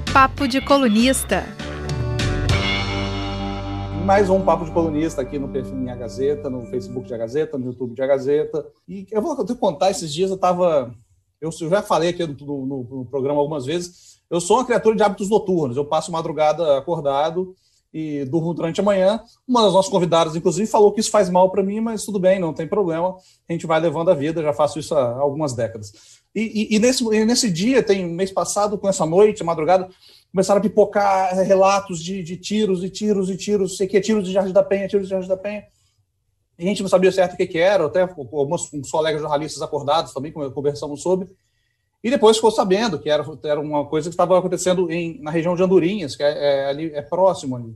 Papo de Colunista. Mais um Papo de Colunista aqui no perfil Minha Gazeta, no Facebook de A Gazeta, no YouTube de A Gazeta. E eu vou te contar, esses dias eu já falei aqui no programa algumas vezes, eu sou uma criatura de hábitos noturnos, eu passo madrugada acordado e durmo durante a manhã. Uma das nossas convidadas, inclusive, falou que isso faz mal para mim, mas tudo bem, não tem problema, a gente vai levando a vida, já faço isso há algumas décadas. E nesse dia, mês passado, com essa noite, madrugada, começaram a pipocar relatos de tiros, sei que é tiros de Jardim da Penha, e a gente não sabia certo o que era, até alguns colegas jornalistas acordados também, conversamos sobre, e depois ficou sabendo que era uma coisa que estava acontecendo na região de Andorinhas, que ali é próximo ali.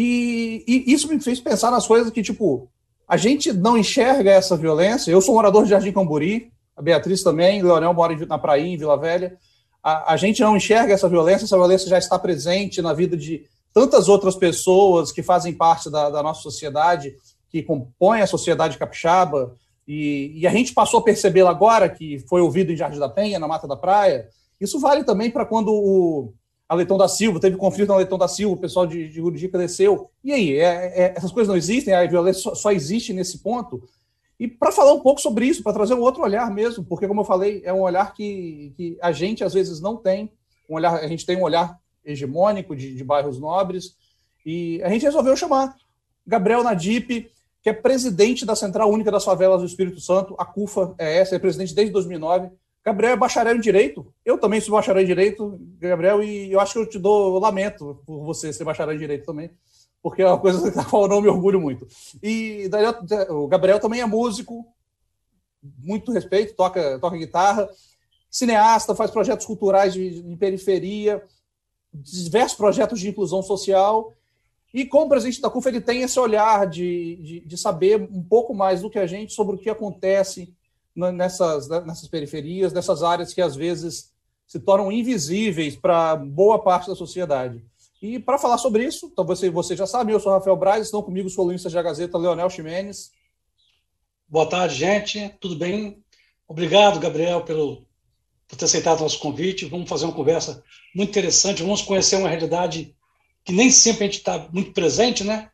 E isso me fez pensar nas coisas que, a gente não enxerga essa violência. Eu sou morador de Jardim Camburi, a Beatriz também, o Leonel mora na Prainha, em Vila Velha. A gente não enxerga essa violência já está presente na vida de tantas outras pessoas que fazem parte da nossa sociedade, que compõem a sociedade capixaba, e a gente passou a percebê-la agora, que foi ouvido em Jardim da Penha, na Mata da Praia. Isso vale também para quando a Leitão da Silva, teve conflito na Leitão da Silva, o pessoal de Juridica desceu. E aí, essas coisas não existem, a violência só existe nesse ponto? E para falar um pouco sobre isso, para trazer um outro olhar mesmo, porque, como eu falei, é um olhar que a gente, às vezes, não tem. A gente tem um olhar hegemônico de bairros nobres, e a gente resolveu chamar Gabriel Nadip, que é presidente da Central Única das Favelas do Espírito Santo, a CUFA é presidente desde 2009. Gabriel é bacharel em Direito, eu também sou bacharel em Direito, Gabriel, e eu acho que eu lamento por você ser bacharel em Direito também, porque é uma coisa da qual eu não me orgulho muito. E o Gabriel também é músico, muito respeito, toca guitarra, cineasta, faz projetos culturais de periferia, diversos projetos de inclusão social, e como presidente da CUFA ele tem esse olhar de saber um pouco mais do que a gente sobre o que acontece nessas periferias, nessas áreas que às vezes se tornam invisíveis para boa parte da sociedade. E para falar sobre isso, então você já sabe, eu sou Rafael Braz, estão comigo os colunistas da Gazeta, Leonel Ximenes. Boa tarde, gente, tudo bem? Obrigado, Gabriel, por ter aceitado o nosso convite. Vamos fazer uma conversa muito interessante, vamos conhecer uma realidade que nem sempre a gente está muito presente, né?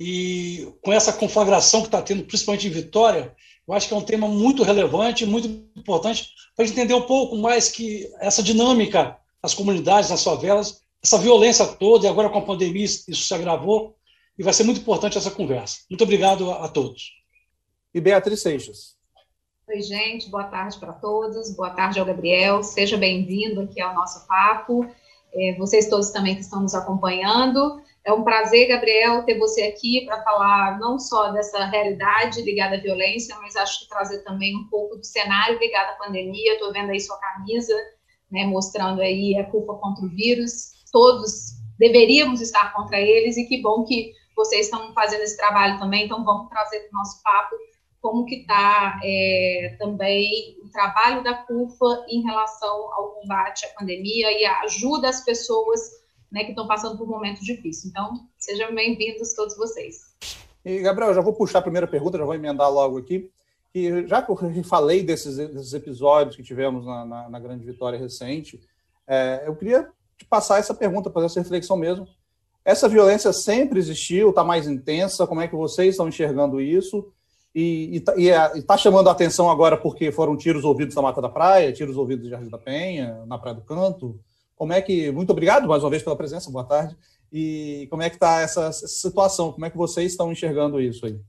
E com essa conflagração que está tendo, principalmente em Vitória, eu acho que é um tema muito relevante, muito importante, para a gente entender um pouco mais que essa dinâmica das comunidades, nas favelas, essa violência toda, e agora com a pandemia isso se agravou, e vai ser muito importante essa conversa. Muito obrigado a todos. E Beatriz Seixas. Oi, gente, boa tarde para todos, boa tarde ao Gabriel, seja bem-vindo aqui ao nosso papo, vocês todos também que estão nos acompanhando. É um prazer, Gabriel, ter você aqui para falar não só dessa realidade ligada à violência, mas acho que trazer também um pouco do cenário ligado à pandemia. Estou vendo aí sua camisa, né, mostrando aí a CUFA contra o vírus. Todos deveríamos estar contra eles, e que bom que vocês estão fazendo esse trabalho também. Então vamos trazer para o nosso papo como que está também o trabalho da CUFA em relação ao combate à pandemia e a ajuda às pessoas, né, que estão passando por um momento difícil. Então, sejam bem-vindos todos vocês. E, Gabriel, já vou puxar a primeira pergunta, já vou emendar logo aqui. E já que eu falei desses episódios que tivemos na Grande Vitória recente, eu queria te passar essa pergunta, fazer essa reflexão mesmo. Essa violência sempre existiu, está mais intensa, como é que vocês estão enxergando isso? E está chamando a atenção agora porque foram tiros ouvidos na Mata da Praia, tiros ouvidos em Jardim da Penha, na Praia do Canto. Muito obrigado mais uma vez pela presença, boa tarde. E como é que está essa situação? Como é que vocês estão enxergando isso aí?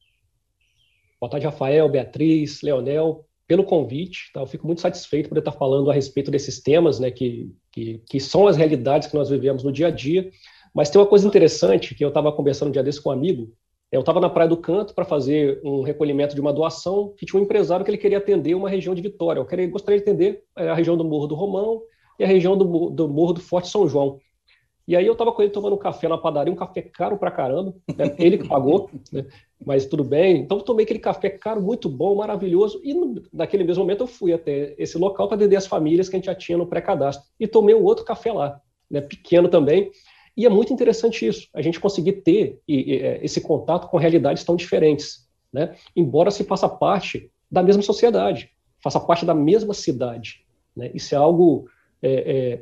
Boa tarde, Rafael, Beatriz, Leonel, pelo convite. Tá? Eu fico muito satisfeito por estar falando a respeito desses temas, né, que são as realidades que nós vivemos no dia a dia. Mas tem uma coisa interessante, que eu estava conversando um dia desse com um amigo. Eu estava na Praia do Canto para fazer um recolhimento de uma doação, que tinha um empresário que ele queria atender uma região de Vitória. Eu gostaria de atender a região do Morro do Romão e a região do Morro do Forte São João. E aí eu estava com ele tomando um café na padaria, um café caro pra caramba, né? Ele que pagou, né? Mas tudo bem. Então eu tomei aquele café caro, muito bom, maravilhoso, e naquele mesmo momento eu fui até esse local para atender as famílias que a gente já tinha no pré-cadastro. E tomei um outro café lá, né? Pequeno também. E é muito interessante isso, a gente conseguir ter esse contato com realidades tão diferentes, né? Embora se faça parte da mesma sociedade, faça parte da mesma cidade, né? Isso é algo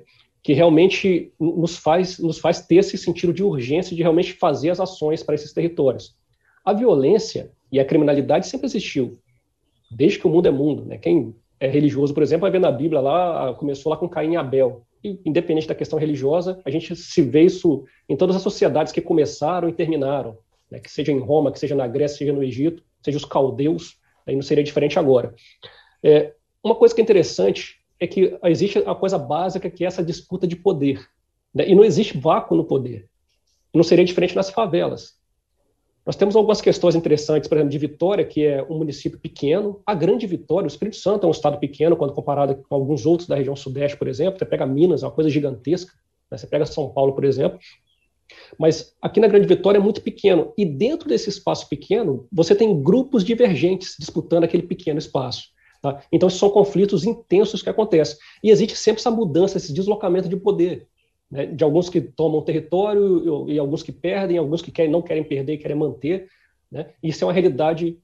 que realmente nos faz ter esse sentido de urgência de realmente fazer as ações para esses territórios. A violência e a criminalidade sempre existiu, desde que o mundo é mundo, né? Quem é religioso, por exemplo, vai ver na Bíblia lá, começou lá com Caim e Abel. E, independente da questão religiosa, a gente se vê isso em todas as sociedades que começaram e terminaram, né? Que seja em Roma, que seja na Grécia, seja no Egito, seja os caldeus, aí não seria diferente agora. Uma coisa que é interessante é que existe a coisa básica, que é essa disputa de poder, né? E não existe vácuo no poder. Não seria diferente nas favelas. Nós temos algumas questões interessantes, por exemplo, de Vitória, que é um município pequeno. A Grande Vitória, o Espírito Santo é um estado pequeno, quando comparado com alguns outros da região sudeste, por exemplo. Você pega Minas, é uma coisa gigantesca, né? Você pega São Paulo, por exemplo. Mas aqui na Grande Vitória é muito pequeno. E dentro desse espaço pequeno, você tem grupos divergentes disputando aquele pequeno espaço. Tá? Então, esses são conflitos intensos que acontecem. E existe sempre essa mudança, esse deslocamento de poder, né? De alguns que tomam território e alguns que perdem, alguns que não querem perder e querem manter. Né? Isso é uma realidade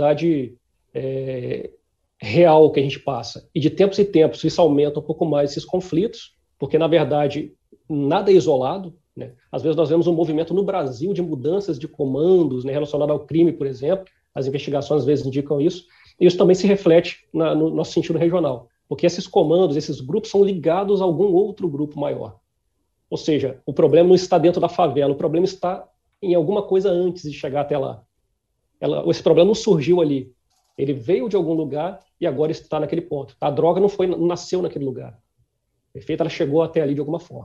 real que a gente passa. E de tempos em tempos isso aumenta um pouco mais esses conflitos, porque, na verdade, nada é isolado. Né? Às vezes nós vemos um movimento no Brasil de mudanças de comandos, né, relacionado ao crime, por exemplo. As investigações às vezes indicam isso. E isso também se reflete no nosso sentido regional, porque esses comandos, esses grupos são ligados a algum outro grupo maior. Ou seja, o problema não está dentro da favela, o problema está em alguma coisa antes de chegar até lá. Esse problema não surgiu ali. Ele veio de algum lugar e agora está naquele ponto. A droga não nasceu naquele lugar. Perfeito? Ela chegou até ali de alguma forma.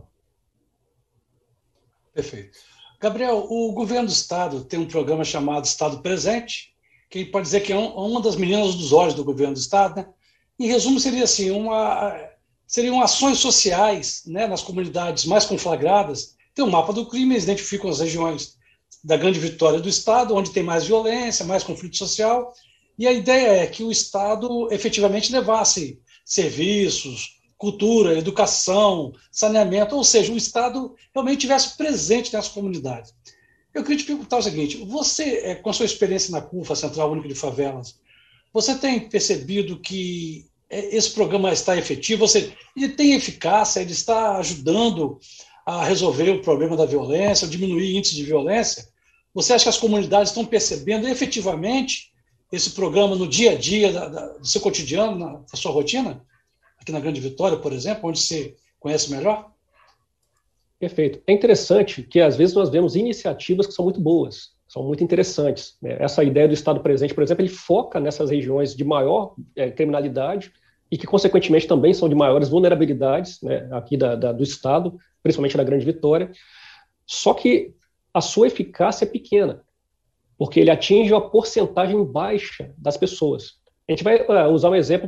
Perfeito. Gabriel, o governo do Estado tem um programa chamado Estado Presente, que pode dizer que é uma das meninas dos olhos do governo do Estado, né? Em resumo, seria assim, seriam ações sociais, né, nas comunidades mais conflagradas. Tem um mapa do crime, eles identificam as regiões da Grande Vitória do Estado, onde tem mais violência, mais conflito social, e a ideia é que o Estado efetivamente levasse serviços, cultura, educação, saneamento, ou seja, o Estado realmente estivesse presente nessas comunidades. Eu queria te perguntar o seguinte, você, com a sua experiência na CUFA, Central Única de Favelas, você tem percebido que esse programa está efetivo? Ou seja, ele tem eficácia, ele está ajudando a resolver o problema da violência, diminuir o índice de violência? Você acha que as comunidades estão percebendo efetivamente esse programa no dia a dia do seu cotidiano, na sua rotina? Aqui na Grande Vitória, por exemplo, onde você conhece melhor? Perfeito. É interessante que, às vezes, nós vemos iniciativas que são muito boas, são muito interessantes. Né? Essa ideia do Estado Presente, por exemplo, ele foca nessas regiões de maior criminalidade e que, consequentemente, também são de maiores vulnerabilidades, né, aqui do Estado, principalmente da Grande Vitória. Só que a sua eficácia é pequena, porque ele atinge uma porcentagem baixa das pessoas. A gente vai usar um exemplo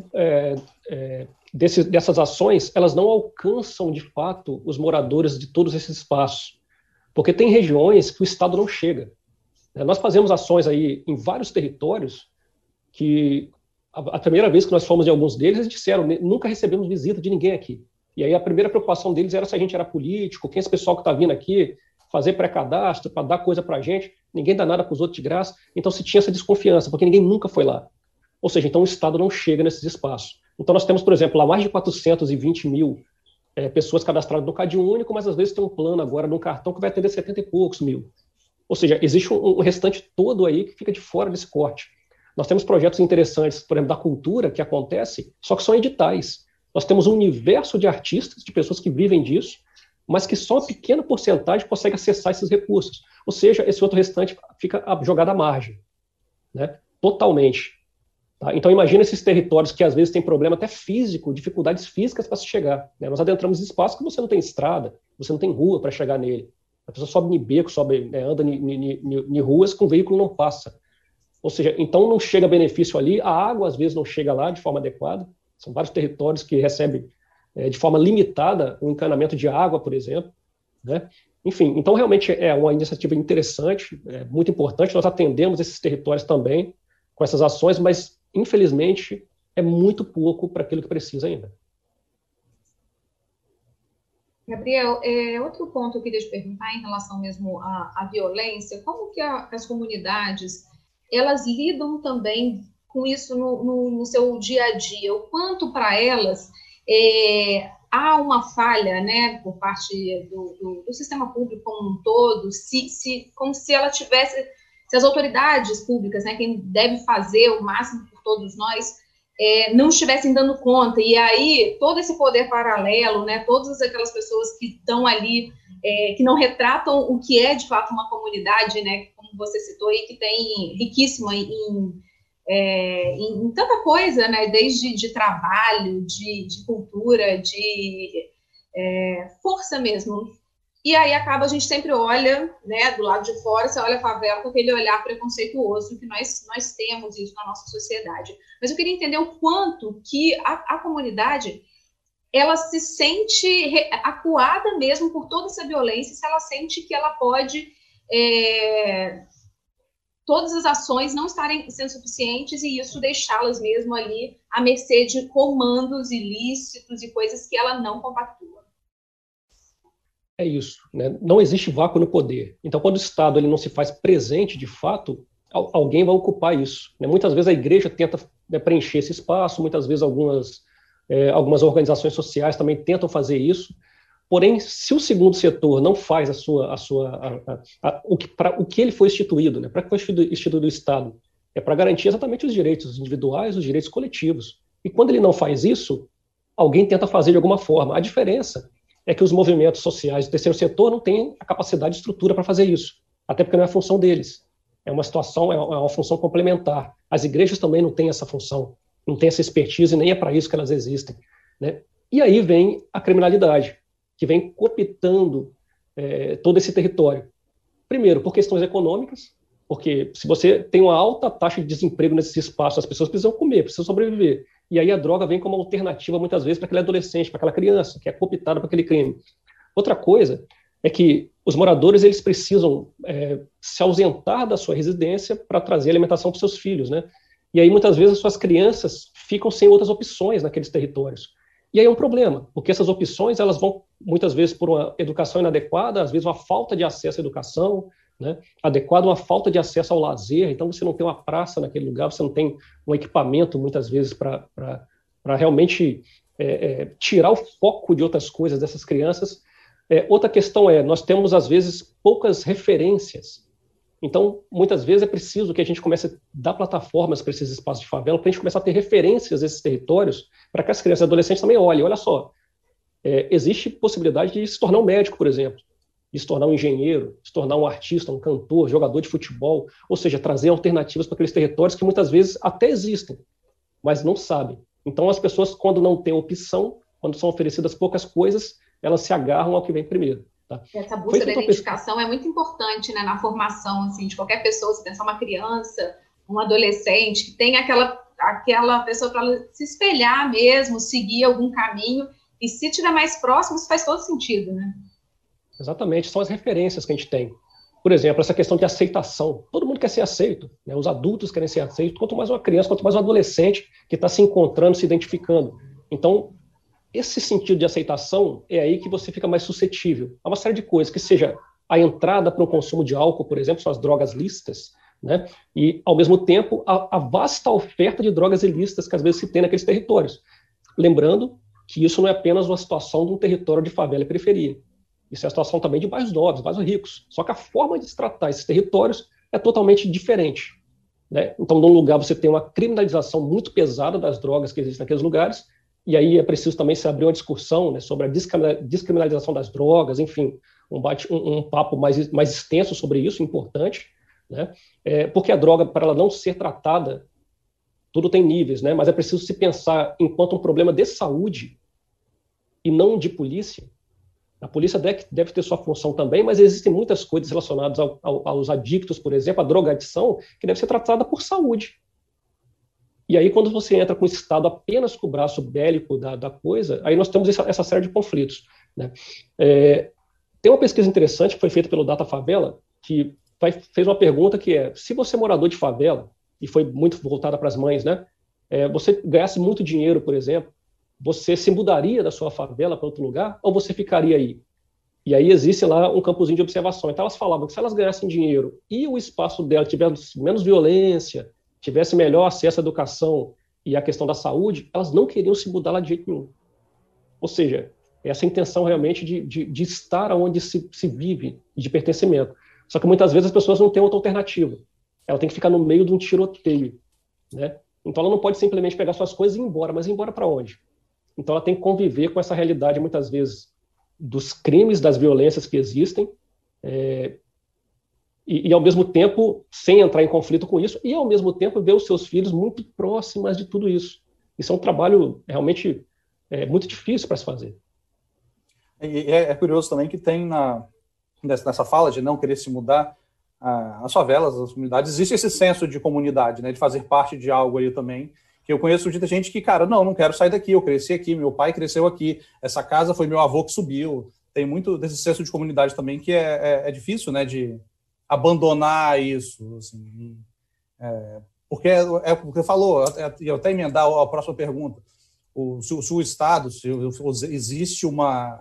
dessas ações, elas não alcançam, de fato, os moradores de todos esses espaços, porque tem regiões que o Estado não chega. Nós fazemos ações aí em vários territórios que, a primeira vez que nós fomos em alguns deles, eles disseram, nunca recebemos visita de ninguém aqui. E aí a primeira preocupação deles era se a gente era político, quem é esse pessoal que está vindo aqui fazer pré-cadastro, para dar coisa para a gente, ninguém dá nada para os outros de graça. Então se tinha essa desconfiança, porque ninguém nunca foi lá. Ou seja, então o Estado não chega nesses espaços. Então nós temos, por exemplo, lá mais de 420 mil pessoas cadastradas no Cadastro Único, mas às vezes tem um plano agora num cartão que vai atender 70 e poucos mil. Ou seja, existe um restante todo aí que fica de fora desse corte. Nós temos projetos interessantes, por exemplo, da cultura, que acontece, só que são editais. Nós temos um universo de artistas, de pessoas que vivem disso, mas que só uma pequena porcentagem consegue acessar esses recursos. Ou seja, esse outro restante fica jogado à margem, né? Totalmente. Tá? Então, imagina esses territórios que às vezes têm problema até físico, dificuldades físicas para se chegar. Né? Nós adentramos espaços que você não tem estrada, você não tem rua para chegar nele. A pessoa sobe em beco, anda em ruas que o veículo não passa. Ou seja, então não chega benefício ali, a água às vezes não chega lá de forma adequada. São vários territórios que recebem de forma limitada o encanamento de água, por exemplo. Né? Enfim, então realmente é uma iniciativa interessante, muito importante. Nós atendemos esses territórios também com essas ações, mas infelizmente é muito pouco para aquilo que precisa ainda. Gabriel, outro ponto que eu queria te perguntar em relação mesmo à violência, como que as comunidades, elas lidam também com isso no seu dia a dia? O quanto para elas há uma falha, né, por parte do sistema público como um todo, como se ela tivesse, se as autoridades públicas, né, quem deve fazer o máximo por todos nós, não estivessem dando conta, e aí todo esse poder paralelo, né, todas aquelas pessoas que estão ali, que não retratam o que é de fato uma comunidade, né, como você citou, e que tem riquíssima em tanta coisa, né, desde de trabalho, de cultura, de força mesmo. E aí a gente sempre olha, né, do lado de fora, você olha a favela com aquele olhar preconceituoso que nós temos isso na nossa sociedade. Mas eu queria entender o quanto que a comunidade, ela se sente acuada mesmo por toda essa violência, se ela sente que ela pode... todas as ações não estarem sendo suficientes e isso deixá-las mesmo ali à mercê de comandos ilícitos e coisas que ela não compactua. É isso, né? Não existe vácuo no poder. Então, quando o Estado ele não se faz presente de fato, alguém vai ocupar isso, né? Muitas vezes a igreja tenta, né, preencher esse espaço, muitas vezes algumas organizações sociais também tentam fazer isso. Porém, se o segundo setor não faz o que ele foi instituído, né? Para que foi instituído o Estado? É para garantir exatamente os direitos individuais, os direitos coletivos. E quando ele não faz isso, alguém tenta fazer de alguma forma. A diferença é que os movimentos sociais do terceiro setor não têm a capacidade de estrutura para fazer isso, até porque não é a função deles. É uma função complementar. As igrejas também não têm essa função, não têm essa expertise, nem é para isso que elas existem, né? E aí vem a criminalidade, que vem cooptando todo esse território. Primeiro, por questões econômicas, porque se você tem uma alta taxa de desemprego nesse espaço, as pessoas precisam comer, precisam sobreviver. E aí a droga vem como alternativa, muitas vezes, para aquele adolescente, para aquela criança, que é cooptada para aquele crime. Outra coisa é que os moradores eles precisam se ausentar da sua residência para trazer alimentação para os seus filhos, né? E aí, muitas vezes, as suas crianças ficam sem outras opções naqueles territórios. E aí é um problema, porque essas opções elas vão, muitas vezes, por uma educação inadequada, às vezes uma falta de acesso à educação, né, adequada, uma falta de acesso ao lazer. Então você não tem uma praça naquele lugar, você não tem um equipamento, muitas vezes, para realmente tirar o foco de outras coisas dessas crianças. Outra questão nós temos, às vezes, poucas referências. Então, muitas vezes é preciso que a gente comece a dar plataformas para esses espaços de favela, para a gente começar a ter referências desses territórios, para que as crianças e adolescentes também olhem, olha só, existe possibilidade de se tornar um médico, por exemplo, de se tornar um engenheiro, de se tornar um artista, um cantor, jogador de futebol, ou seja, trazer alternativas para aqueles territórios que muitas vezes até existem, mas não sabem. Então, as pessoas, quando não têm opção, quando são oferecidas poucas coisas, elas se agarram ao que vem primeiro. Tá? Essa busca da identificação é muito importante, né, na formação assim, de qualquer pessoa. Se pensar uma criança, um adolescente, que tem aquela pessoa para se espelhar mesmo, seguir algum caminho, e se estiver mais próximo, isso faz todo sentido, né? Exatamente, são as referências que a gente tem. Por exemplo, essa questão de aceitação. Todo mundo quer ser aceito, né? Os adultos querem ser aceitos, quanto mais uma criança, quanto mais um adolescente que está se encontrando, se identificando. Então, esse sentido de aceitação é aí que você fica mais suscetível a uma série de coisas, que seja a entrada para o consumo de álcool, por exemplo, são as drogas lícitas, né? E, ao mesmo tempo, a vasta oferta de drogas ilícitas que às vezes se tem naqueles territórios. Lembrando que isso não é apenas uma situação de um território de favela e periferia. Isso é a situação também de bairros nobres, bairros ricos. Só que a forma de se tratar esses territórios é totalmente diferente, né? Então, num lugar você tem uma criminalização muito pesada das drogas que existem naqueles lugares, e aí é preciso também se abrir uma discussão, né, sobre a descriminalização das drogas, enfim, um papo mais extenso sobre isso, importante, né? Porque a droga, para ela não ser tratada, tudo tem níveis, né? Mas é preciso se pensar enquanto um problema de saúde e não de polícia. A polícia deve ter sua função também, mas existem muitas coisas relacionadas aos adictos, por exemplo, a drogadição, que deve ser tratada por saúde. E aí, quando você entra com o Estado apenas com o braço bélico da coisa, aí nós temos essa série de conflitos, né? Tem uma pesquisa interessante que foi feita pelo Data Favela, que fez uma pergunta que se você é morador de favela, e foi muito voltada para as mães, né? Você ganhasse muito dinheiro, por exemplo, você se mudaria da sua favela para outro lugar, ou você ficaria aí? E aí existe lá um campozinho de observação. Então elas falavam que se elas ganhassem dinheiro e o espaço dela tivesse menos violência, tivesse melhor acesso à educação e à questão da saúde, elas não queriam se mudar lá de jeito nenhum. Ou seja, essa intenção realmente de estar onde se vive, de pertencimento. Só que muitas vezes as pessoas não têm outra alternativa. Ela tem que ficar no meio de um tiroteio, né? Então ela não pode simplesmente pegar suas coisas e ir embora, mas ir embora para onde? Então ela tem que conviver com essa realidade, muitas vezes, dos crimes, das violências que existem, e ao mesmo tempo, sem entrar em conflito com isso, e ao mesmo tempo ver os seus filhos muito próximas de tudo isso. Isso é um trabalho realmente muito difícil para se fazer. E é curioso também que tem nessa fala de não querer se mudar, as favelas, as comunidades, existe esse senso de comunidade, né, de fazer parte de algo aí também, que eu conheço muita gente que, cara, não quero sair daqui, eu cresci aqui, meu pai cresceu aqui, essa casa foi meu avô que subiu. Tem muito desse senso de comunidade também que é difícil, né, de abandonar isso, assim, porque é o que você falou, eu até emendar a próxima pergunta, se o Estado, se existe uma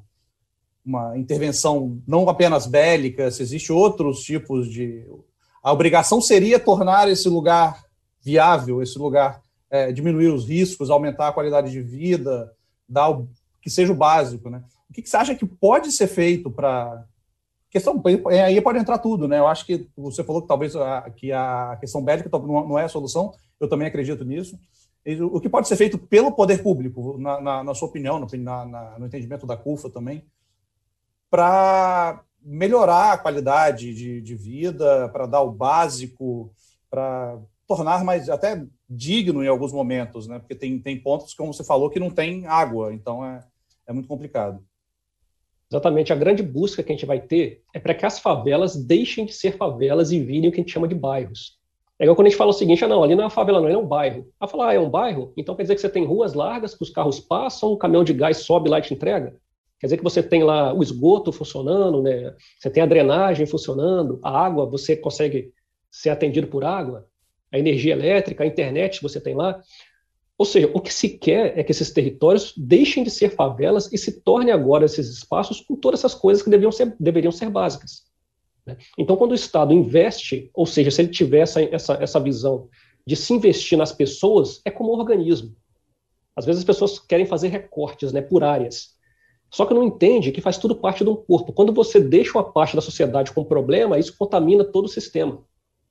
intervenção não apenas bélica, se existe outros tipos de... A obrigação seria tornar esse lugar viável, esse lugar, diminuir os riscos, aumentar a qualidade de vida, dar que seja o básico, né? O que você acha que pode ser feito para... Aí pode entrar tudo, né? Eu acho que você falou que talvez que a questão bélica não é a solução, eu também acredito nisso. O que pode ser feito pelo poder público, na sua opinião, no entendimento da CUFA também, para melhorar a qualidade de vida, para dar o básico, para tornar mais até digno em alguns momentos, né? Porque tem pontos, como você falou, que não tem água, então é muito complicado. Exatamente, a grande busca que a gente vai ter é para que as favelas deixem de ser favelas e virem o que a gente chama de bairros. É igual quando a gente fala o seguinte, não, ali não é uma favela, não, ele é um bairro. Ela fala, é um bairro? Então quer dizer que você tem ruas largas, que os carros passam, o caminhão de gás sobe lá e te entrega? Quer dizer que você tem lá o esgoto funcionando, né? Você tem a drenagem funcionando, a água, você consegue ser atendido por água, a energia elétrica, a internet você tem lá. Ou seja, o que se quer é que esses territórios deixem de ser favelas e se tornem agora esses espaços com todas essas coisas que deveriam ser básicas, né? Então, quando o Estado investe, ou seja, se ele tiver essa visão de se investir nas pessoas, é como um organismo. Às vezes as pessoas querem fazer recortes, né, por áreas. Só que não entende que faz tudo parte de um corpo. Quando você deixa uma parte da sociedade com problema, isso contamina todo o sistema.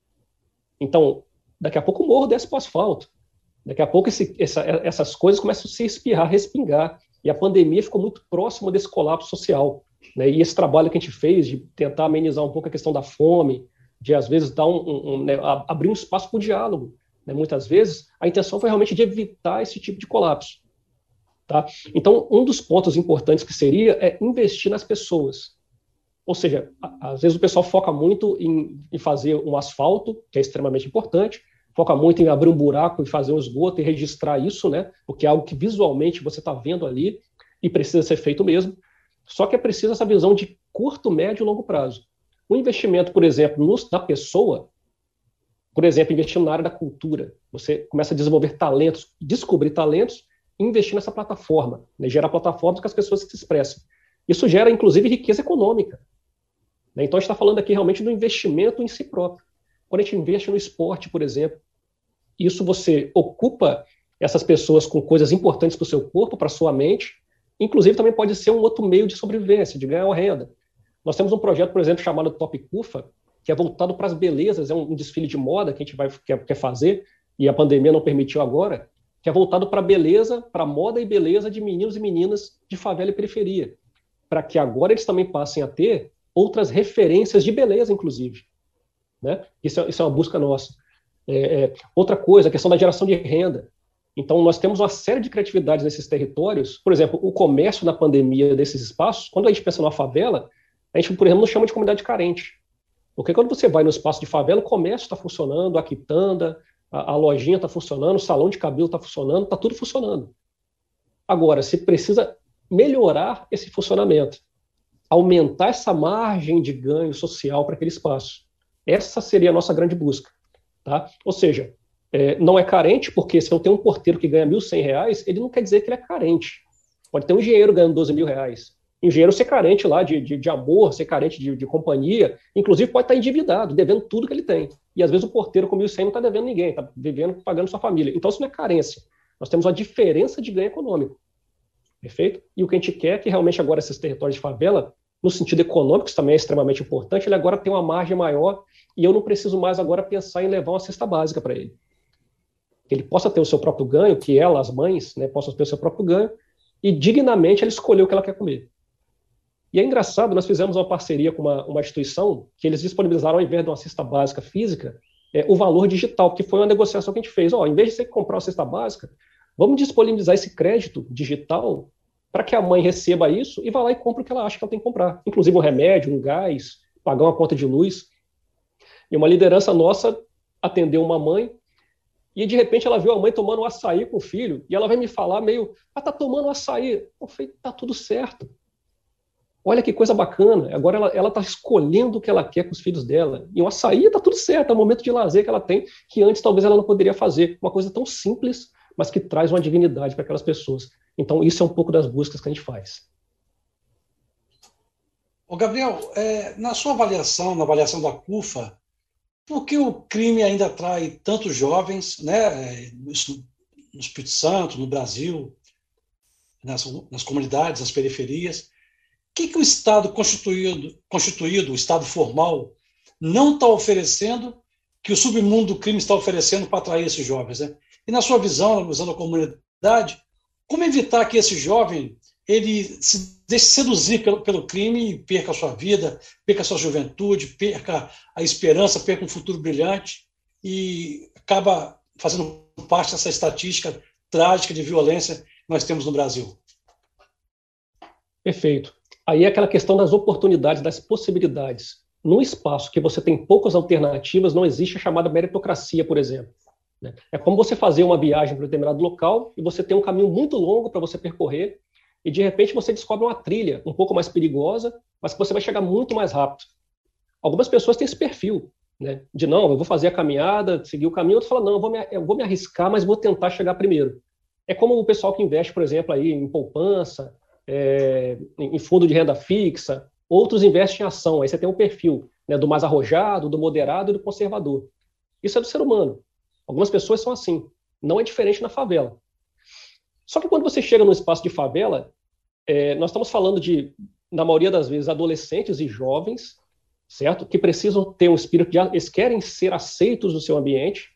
Então, daqui a pouco o morro desce para o asfalto. Daqui a pouco essas coisas começam a se espirrar, respingar. E a pandemia ficou muito próxima desse colapso social, né? E esse trabalho que a gente fez de tentar amenizar um pouco a questão da fome, de às vezes dar abrir um espaço para o diálogo, né? Muitas vezes a intenção foi realmente de evitar esse tipo de colapso. Tá? Então, um dos pontos importantes que seria é investir nas pessoas. Ou seja, às vezes o pessoal foca muito em fazer um asfalto, que é extremamente importante, foca muito em abrir um buraco e fazer um esgoto e registrar isso, né? Porque é algo que visualmente você está vendo ali e precisa ser feito mesmo. Só que é preciso essa visão de curto, médio e longo prazo. O investimento, por exemplo, na pessoa, por exemplo, investindo na área da cultura, você começa a desenvolver talentos, descobrir talentos, investir nessa plataforma, né? Gerar plataformas que as pessoas se expressem. Isso gera, inclusive, riqueza econômica, né? Então, a gente está falando aqui realmente do investimento em si próprio. Quando a gente investe no esporte, por exemplo, isso você ocupa essas pessoas com coisas importantes para o seu corpo, para a sua mente, inclusive também pode ser um outro meio de sobrevivência, de ganhar uma renda. Nós temos um projeto, por exemplo, chamado Top CUFA, que é voltado para as belezas, é um desfile de moda que a gente quer fazer, e a pandemia não permitiu agora, que é voltado para a beleza, para a moda e beleza de meninos e meninas de favela e periferia, para que agora eles também passem a ter outras referências de beleza, inclusive, né? Isso é uma busca nossa. Outra coisa, a questão da geração de renda. Então, nós temos uma série de criatividades nesses territórios. Por exemplo, o comércio na pandemia desses espaços, quando a gente pensa numa favela, a gente, por exemplo, não chama de comunidade carente. Porque quando você vai no espaço de favela, o comércio está funcionando, a quitanda, a lojinha está funcionando, o salão de cabelo está funcionando, está tudo funcionando. Agora, você precisa melhorar esse funcionamento, aumentar essa margem de ganho social para aquele espaço. Essa seria a nossa grande busca. Tá? Ou seja, não é carente, porque se eu tenho um porteiro que ganha R$1.100, ele não quer dizer que ele é carente. Pode ter um engenheiro ganhando R$12.000. Engenheiro ser carente lá de amor, ser carente de companhia, inclusive pode estar endividado, devendo tudo que ele tem. E às vezes o porteiro com R$1.100 não está devendo ninguém, está vivendo, pagando sua família. Então isso não é carência. Nós temos uma diferença de ganho econômico. perfeito? E o que a gente quer é que realmente agora esses territórios de favela, no sentido econômico, isso também é extremamente importante, ele agora tem uma margem maior e eu não preciso mais agora pensar em levar uma cesta básica para ele. Que ele possa ter o seu próprio ganho, que ela, as mães, né, possam ter o seu próprio ganho e dignamente ela escolher o que ela quer comer. E é engraçado, nós fizemos uma parceria com uma instituição que eles disponibilizaram, ao invés de uma cesta básica física, o valor digital, que foi uma negociação que a gente fez. Em vez de você comprar uma cesta básica, vamos disponibilizar esse crédito digital para que a mãe receba isso e vá lá e compre o que ela acha que ela tem que comprar. Inclusive um remédio, um gás, pagar uma conta de luz. E uma liderança nossa atendeu uma mãe e, de repente, ela viu a mãe tomando um açaí com o filho e ela vai me falar meio, tá tomando um açaí. Eu falei, tá tudo certo. Olha que coisa bacana, agora ela está escolhendo o que ela quer com os filhos dela. E o açaí está tudo certo, é um momento de lazer que ela tem, que antes talvez ela não poderia fazer. Uma coisa tão simples, mas que traz uma dignidade para aquelas pessoas. Então, isso é um pouco das buscas que a gente faz. Ô Gabriel, na sua avaliação, na avaliação da CUFA, por que o crime ainda atrai tantos jovens, né, no Espírito Santo, no Brasil, nas comunidades, nas periferias? O que o Estado constituído, o Estado formal, não está oferecendo, que o submundo do crime está oferecendo para atrair esses jovens, né? E na sua visão, na visão da comunidade, como evitar que esse jovem ele se deixe seduzir pelo crime e perca a sua vida, perca a sua juventude, perca a esperança, perca um futuro brilhante e acaba fazendo parte dessa estatística trágica de violência que nós temos no Brasil? Perfeito. Aí é aquela questão das oportunidades, das possibilidades. Num espaço que você tem poucas alternativas, não existe a chamada meritocracia, por exemplo. É como você fazer uma viagem para um determinado local e você tem um caminho muito longo para você percorrer e, de repente, você descobre uma trilha um pouco mais perigosa, mas que você vai chegar muito mais rápido. Algumas pessoas têm esse perfil, né, de não, eu vou fazer a caminhada, seguir o caminho, outro fala, não, eu vou me arriscar, mas vou tentar chegar primeiro. É como o pessoal que investe, por exemplo, aí em poupança, em fundo de renda fixa, outros investem em ação, aí você tem um perfil, né, do mais arrojado, do moderado e do conservador. Isso é do ser humano. Algumas pessoas são assim, não é diferente na favela. Só que quando você chega no espaço de favela, nós estamos falando de, na maioria das vezes, adolescentes e jovens, certo? Que precisam ter um espírito de... Eles querem ser aceitos no seu ambiente,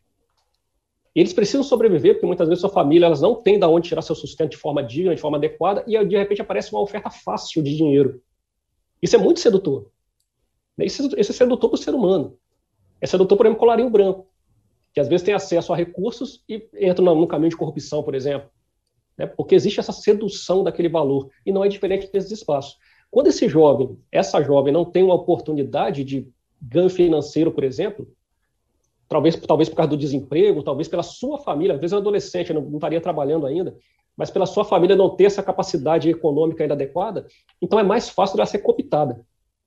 e eles precisam sobreviver, porque muitas vezes sua família elas não tem de onde tirar seu sustento de forma digna, de forma adequada, e de repente aparece uma oferta fácil de dinheiro. Isso é muito sedutor. Isso é sedutor para o ser humano. É sedutor, por exemplo, colarinho branco, que às vezes tem acesso a recursos e entra no caminho de corrupção, por exemplo. Né? Porque existe essa sedução daquele valor, e não é diferente desses espaços. Quando essa jovem não tem uma oportunidade de ganho financeiro, por exemplo, talvez por causa do desemprego, talvez pela sua família, às vezes é um adolescente, não estaria trabalhando ainda, mas pela sua família não ter essa capacidade econômica ainda adequada, então é mais fácil dela ser cooptada,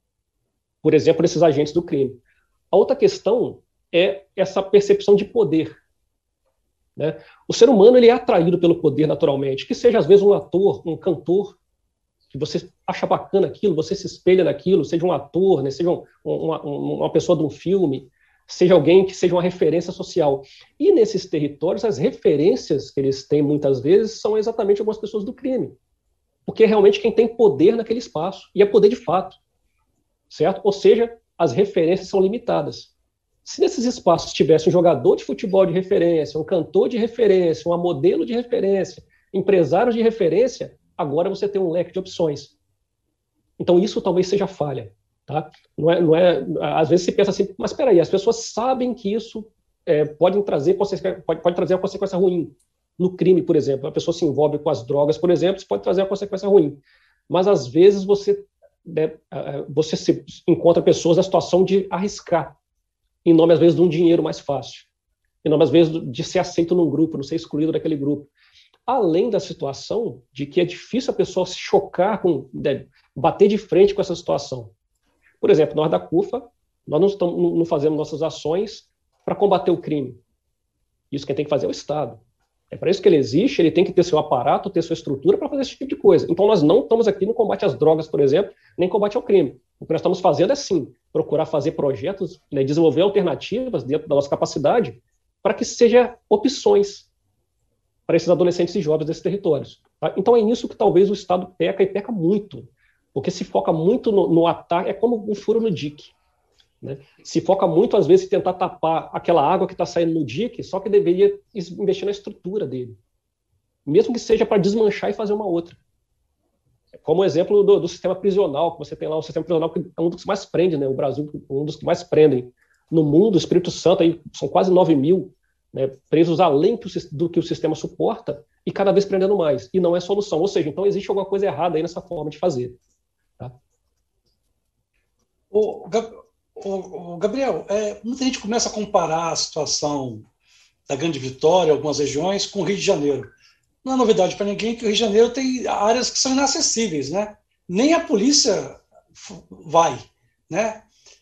por exemplo, desses agentes do crime. A outra questão é essa percepção de poder. Né? O ser humano ele é atraído pelo poder naturalmente, que seja às vezes um ator, um cantor, que você acha bacana aquilo, você se espelha naquilo, seja um ator, né? Seja uma pessoa de um filme, seja alguém que seja uma referência social. E nesses territórios, as referências que eles têm muitas vezes são exatamente algumas pessoas do crime. Porque é realmente quem tem poder naquele espaço, e é poder de fato. Certo? Ou seja, as referências são limitadas. Se nesses espaços tivesse um jogador de futebol de referência, um cantor de referência, uma modelo de referência, empresários de referência, agora você tem um leque de opções. Então isso talvez seja falha. Tá? Às vezes se pensa assim, mas espera aí, as pessoas sabem que isso pode trazer uma consequência ruim. No crime, por exemplo, a pessoa se envolve com as drogas, por exemplo, isso pode trazer uma consequência ruim. Mas às vezes você se encontra pessoas na situação de arriscar, em nome às vezes de um dinheiro mais fácil, em nome às vezes de ser aceito num grupo, não ser excluído daquele grupo. Além da situação de que é difícil a pessoa se chocar, bater de frente com essa situação. Por exemplo, nós da CUFA, nós não fazemos nossas ações para combater o crime. Isso quem tem que fazer é o Estado. É para isso que ele existe, ele tem que ter seu aparato, ter sua estrutura para fazer esse tipo de coisa. Então nós não estamos aqui no combate às drogas, por exemplo, nem combate ao crime. O que nós estamos fazendo é, sim, procurar fazer projetos, né, desenvolver alternativas dentro da nossa capacidade para que sejam opções para esses adolescentes e jovens desses territórios. Tá? Então é nisso que talvez o Estado peca, e peca muito, porque se foca muito no ataque, é como um furo no dique. Né? Se foca muito, às vezes, em tentar tapar aquela água que está saindo no dique, só que deveria investir na estrutura dele, mesmo que seja para desmanchar e fazer uma outra. Como o exemplo do sistema prisional, que você tem lá, o sistema prisional que é um dos que mais prende, né? O Brasil é um dos que mais prendem. No mundo, o Espírito Santo, aí, são quase 9 mil, né, presos além do que o sistema suporta, e cada vez prendendo mais. E não é solução. Ou seja, então existe alguma coisa errada aí nessa forma de fazer. Tá? Gabriel, muita gente começa a comparar a situação da Grande Vitória, algumas regiões, com o Rio de Janeiro. Não é novidade para ninguém que o Rio de Janeiro tem áreas que são inacessíveis, né? Nem a polícia vai, né?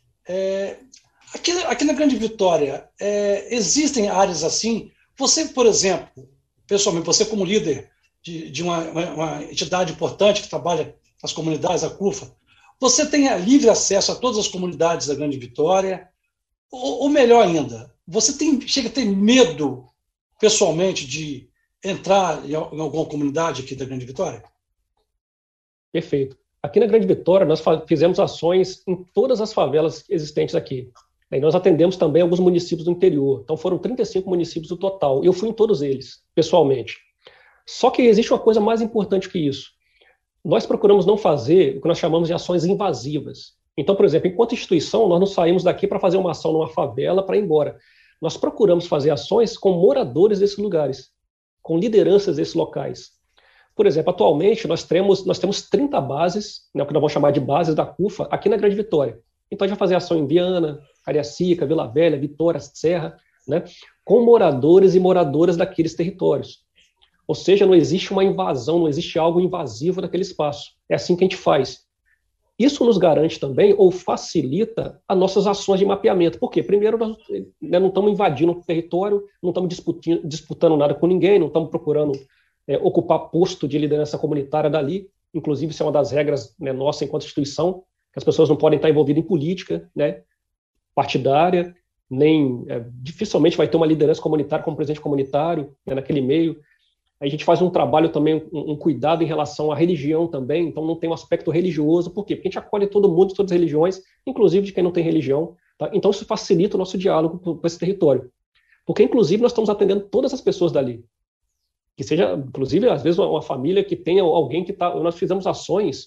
Aqui na Grande Vitória, existem áreas assim. Você, por exemplo, pessoalmente, você como líder de uma entidade importante que trabalha nas comunidades, a CUFA, você tem livre acesso a todas as comunidades da Grande Vitória? Ou melhor ainda, você chega a ter medo, pessoalmente, de entrar em alguma comunidade aqui da Grande Vitória? Perfeito. Aqui na Grande Vitória, nós fizemos ações em todas as favelas existentes aqui. E nós atendemos também alguns municípios do interior. Então, foram 35 municípios no total. Eu fui em todos eles, pessoalmente. Só que existe uma coisa mais importante que isso. Nós procuramos não fazer o que nós chamamos de ações invasivas. Então, por exemplo, enquanto instituição, nós não saímos daqui para fazer uma ação numa favela para ir embora. Nós procuramos fazer ações com moradores desses lugares, com lideranças desses locais. Por exemplo, atualmente nós temos 30 bases, né, o que nós vamos chamar de bases da CUFA, aqui na Grande Vitória. Então a gente vai fazer ação em Viana, Cariacica, Vila Velha, Vitória, Serra, né, com moradores e moradoras daqueles territórios. Ou seja, não existe uma invasão, não existe algo invasivo naquele espaço. É assim que a gente faz. Isso nos garante também, ou facilita, as nossas ações de mapeamento. Por quê? Primeiro, nós não estamos invadindo o território, não estamos disputando nada com ninguém, não estamos procurando ocupar posto de liderança comunitária dali. Inclusive, isso é uma das regras, né, nossa enquanto instituição, que as pessoas não podem estar envolvidas em política, né, partidária, nem dificilmente vai ter uma liderança comunitária como presidente comunitário, né, naquele meio. A gente faz um trabalho também, um cuidado em relação à religião também, então não tem um aspecto religioso. Por quê? Porque a gente acolhe todo mundo, de todas as religiões, inclusive de quem não tem religião. Tá? Então isso facilita o nosso diálogo com esse território. Porque, inclusive, nós estamos atendendo todas as pessoas dali. Que seja, inclusive, às vezes, uma família que tenha alguém que está... Nós fizemos ações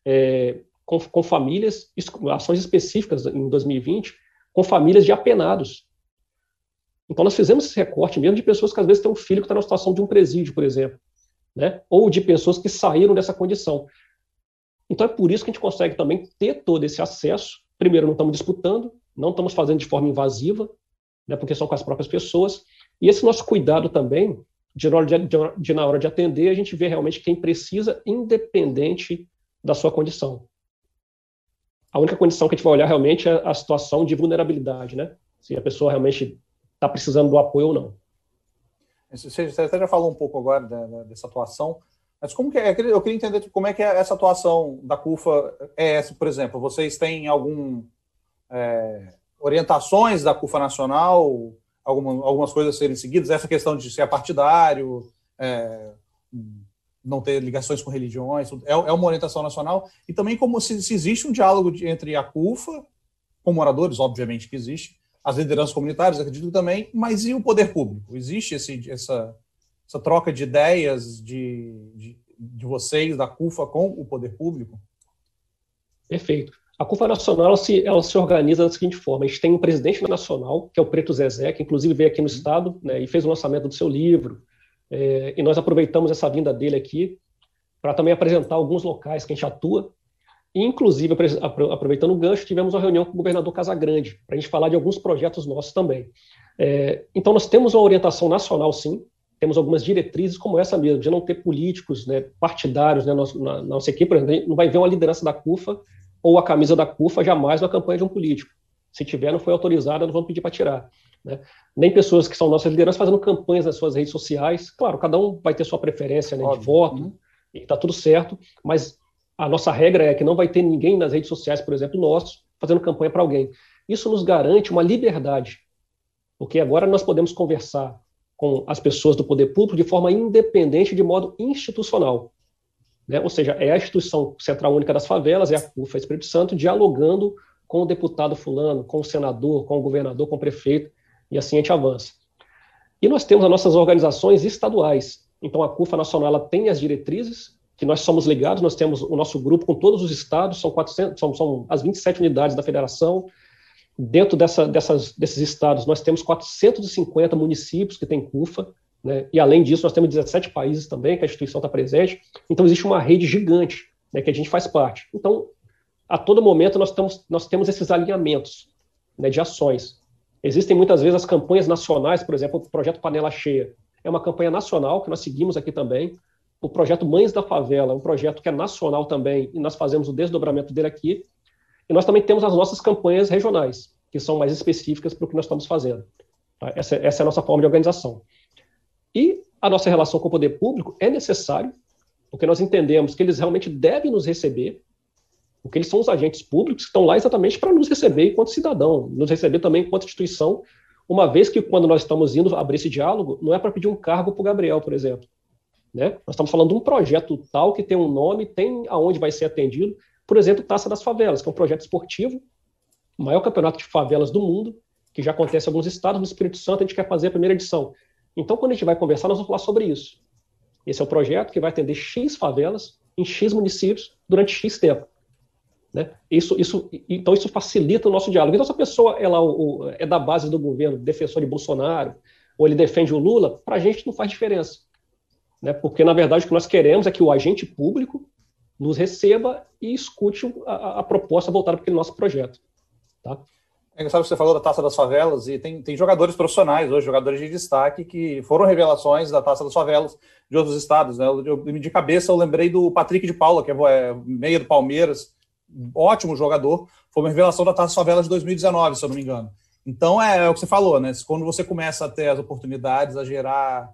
com famílias, ações específicas em 2020, com famílias de apenados. Então, nós fizemos esse recorte mesmo de pessoas que, às vezes, têm um filho que está na situação de um presídio, por exemplo, né? Ou de pessoas que saíram dessa condição. Então, é por isso que a gente consegue também ter todo esse acesso. Primeiro, não estamos disputando, não estamos fazendo de forma invasiva, né, porque são com as próprias pessoas. E esse nosso cuidado também, na hora de atender, a gente vê realmente quem precisa, independente da sua condição. A única condição que a gente vai olhar realmente é a situação de vulnerabilidade, né? Se a pessoa realmente está precisando do apoio ou não. Você até já falou um pouco agora dessa atuação, mas como que é? Eu queria entender como é que é essa atuação da CUFA. Por exemplo, vocês têm orientações da CUFA Nacional, algumas coisas a serem seguidas, essa questão de ser partidário, não ter ligações com religiões, é uma orientação nacional, e também como se existe um diálogo entre a CUFA, com moradores, obviamente que existe, as lideranças comunitárias, acredito também, mas e o poder público? Existe essa troca de ideias de vocês, da CUFA, com o poder público? Perfeito. A CUFA Nacional ela se organiza da seguinte forma: a gente tem um presidente nacional, que é o Preto Zezé, que inclusive veio aqui no estado, né, e fez o lançamento do seu livro, e nós aproveitamos essa vinda dele aqui para também apresentar alguns locais que a gente atua. E, inclusive, aproveitando o gancho, tivemos uma reunião com o governador Casagrande, para a gente falar de alguns projetos nossos também. Então, nós temos uma orientação nacional, sim, temos algumas diretrizes como essa mesmo, de não ter políticos, né, partidários, né, na nossa equipe. Por exemplo, não vai ver uma liderança da CUFA ou a camisa da CUFA jamais na campanha de um político. Se tiver, não foi autorizada, não vamos pedir para tirar. Né? Nem pessoas que são nossas lideranças fazendo campanhas nas suas redes sociais. Claro, cada um vai ter sua preferência, né, de voto, e está tudo certo, mas a nossa regra é que não vai ter ninguém nas redes sociais, por exemplo, nós, fazendo campanha para alguém. Isso nos garante uma liberdade, porque agora nós podemos conversar com as pessoas do poder público de forma independente, de modo institucional. Né? Ou seja, é a Instituição Central Única das Favelas, é a CUFA Espírito Santo, dialogando com o deputado fulano, com o senador, com o governador, com o prefeito, e assim a gente avança. E nós temos as nossas organizações estaduais. Então, a CUFA Nacional ela tem as diretrizes, que nós somos ligados, nós temos o nosso grupo com todos os estados, são as 27 unidades da federação. Dentro desses estados, nós temos 450 municípios que têm CUFA, né? E além disso, nós temos 17 países também que a instituição está presente. Então, existe uma rede gigante, né, que a gente faz parte. Então, a todo momento, nós temos esses alinhamentos, né, de ações. Existem muitas vezes as campanhas nacionais, por exemplo, o projeto Panela Cheia. É uma campanha nacional que nós seguimos aqui também. O projeto Mães da Favela é um projeto que é nacional também, e nós fazemos o desdobramento dele aqui. E nós também temos as nossas campanhas regionais, que são mais específicas para o que nós estamos fazendo. Tá? Essa é a nossa forma de organização. E a nossa relação com o poder público é necessário, porque nós entendemos que eles realmente devem nos receber, porque eles são os agentes públicos que estão lá exatamente para nos receber enquanto cidadão, nos receber também enquanto instituição, uma vez que quando nós estamos indo abrir esse diálogo, não é para pedir um cargo para o Gabriel, por exemplo. Né? Nós estamos falando de um projeto tal que tem um nome, tem aonde vai ser atendido, por exemplo, Taça das Favelas, que é um projeto esportivo, o maior campeonato de favelas do mundo, que já acontece em alguns estados. No Espírito Santo, a gente quer fazer a primeira edição. Então, quando a gente vai conversar, nós vamos falar sobre isso. Esse é o projeto que vai atender X favelas em X municípios durante X tempo. Né? Então, isso facilita o nosso diálogo. Então, se a pessoa é da base do governo, defensor de Bolsonaro, ou ele defende o Lula, para a gente não faz diferença. Né? Porque, na verdade, o que nós queremos é que o agente público nos receba e escute a proposta voltada para aquele nosso projeto. Tá? É engraçado que você falou da Taça das Favelas, e tem jogadores profissionais hoje, jogadores de destaque, que foram revelações da Taça das Favelas de outros estados. Né? De cabeça, eu lembrei do Patrick de Paula, que é meia do Palmeiras, ótimo jogador, foi uma revelação da Taça das Favelas de 2019, se eu não me engano. Então, é o que você falou, né? Quando você começa a ter as oportunidades, a gerar...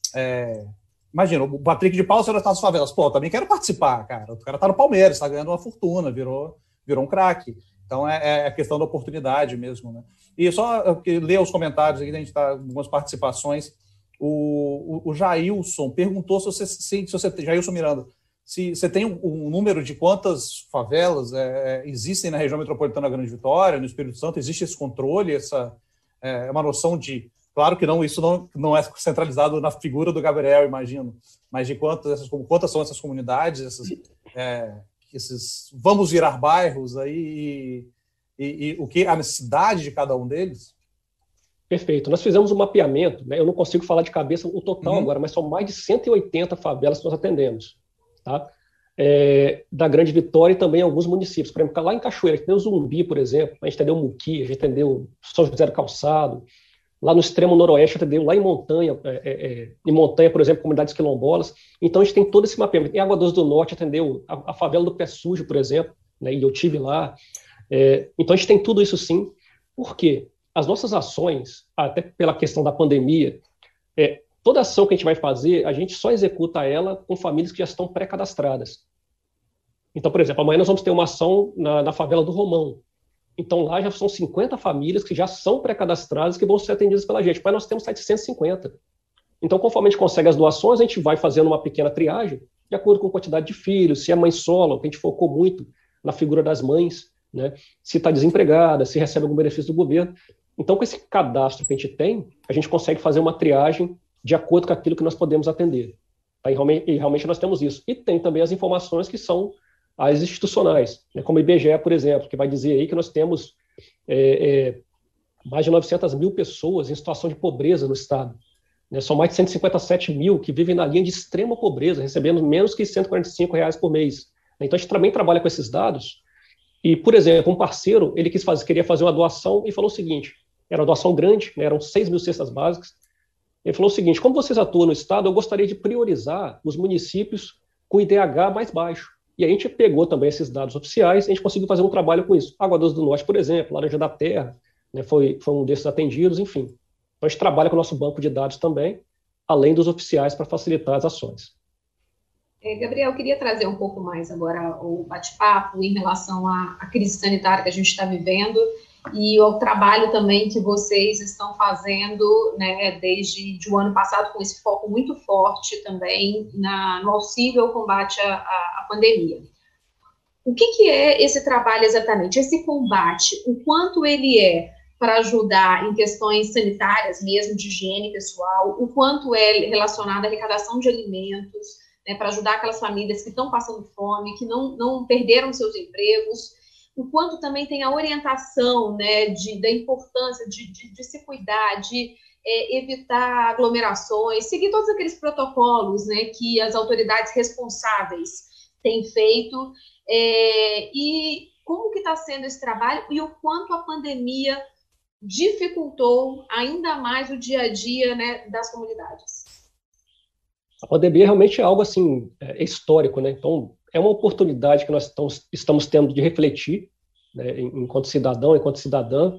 Imagina, o Patrick de Paula saiu da Taça das Favelas. Pô, eu também quero participar, cara. O cara tá no Palmeiras, tá ganhando uma fortuna, virou um craque. Então, é a questão da oportunidade mesmo, né? E só ler os comentários aqui, a gente está com algumas participações. O Jailson perguntou se você Jailson Miranda, se você tem um número de quantas favelas existem na região metropolitana da Grande Vitória, no Espírito Santo. Existe esse controle, uma noção de... Claro que isso não é centralizado na figura do Gabriel, imagino, mas de quantas são essas comunidades, esses vamos virar bairros aí, e o que a necessidade de cada um deles? Perfeito. Nós fizemos um mapeamento, né? Eu não consigo falar de cabeça o total agora, mas são mais de 180 favelas que nós atendemos, tá? Da Grande Vitória e também alguns municípios. Por exemplo, lá em Cachoeira, que tem o Zumbi, por exemplo, a gente atendeu Muqui, a gente atendeu São José do Calçado. Lá no extremo noroeste, atendeu lá em Montanha, por exemplo, comunidades quilombolas. Então, a gente tem todo esse mapeamento. Em Água Doce do Norte, atendeu a favela do Pé Sujo, por exemplo, né, e eu tive lá. Então, a gente tem tudo isso sim. Por quê? As nossas ações, até pela questão da pandemia, toda ação que a gente vai fazer, a gente só executa ela com famílias que já estão pré-cadastradas. Então, por exemplo, amanhã nós vamos ter uma ação na favela do Romão. Então, lá já são 50 famílias que já são pré-cadastradas que vão ser atendidas pela gente, mas nós temos 750. Então, conforme a gente consegue as doações, a gente vai fazendo uma pequena triagem, de acordo com a quantidade de filhos, se é mãe solo, que a gente focou muito na figura das mães, né? Se está desempregada, se recebe algum benefício do governo. Então, com esse cadastro que a gente tem, a gente consegue fazer uma triagem de acordo com aquilo que nós podemos atender. Tá? E realmente nós temos isso. E tem também as informações que são as institucionais, né, como o IBGE, por exemplo, que vai dizer aí que nós temos mais de 900 mil pessoas em situação de pobreza no estado. Né, são mais de 157 mil que vivem na linha de extrema pobreza, recebendo menos que R$145 por mês. Então, a gente também trabalha com esses dados. E, por exemplo, um parceiro, ele queria fazer uma doação e falou o seguinte, era uma doação grande, né, eram 6 mil cestas básicas. Ele falou o seguinte, como vocês atuam no estado, eu gostaria de priorizar os municípios com IDH mais baixo. E a gente pegou também esses dados oficiais e a gente conseguiu fazer um trabalho com isso. Água Doce do Norte, por exemplo, Laranja da Terra, né, foi um desses atendidos, enfim. Então, a gente trabalha com o nosso banco de dados também, além dos oficiais, para facilitar as ações. Gabriel, eu queria trazer um pouco mais agora o bate-papo em relação à crise sanitária que a gente está vivendo e ao trabalho também que vocês estão fazendo, né, desde o ano passado, com esse foco muito forte também no auxílio ao combate à pandemia. O que é esse trabalho exatamente? Esse combate, o quanto ele é para ajudar em questões sanitárias mesmo, de higiene pessoal, o quanto é relacionado à arrecadação de alimentos, né, para ajudar aquelas famílias que estão passando fome, que não perderam seus empregos, o quanto também tem a orientação, né, da importância de se cuidar, de evitar aglomerações, seguir todos aqueles protocolos, né, que as autoridades responsáveis têm feito, e como que está sendo esse trabalho e o quanto a pandemia dificultou ainda mais o dia a dia, né, das comunidades. A pandemia realmente é algo assim, histórico, né? Então, é uma oportunidade que nós estamos tendo de refletir, né, enquanto cidadão, enquanto cidadã.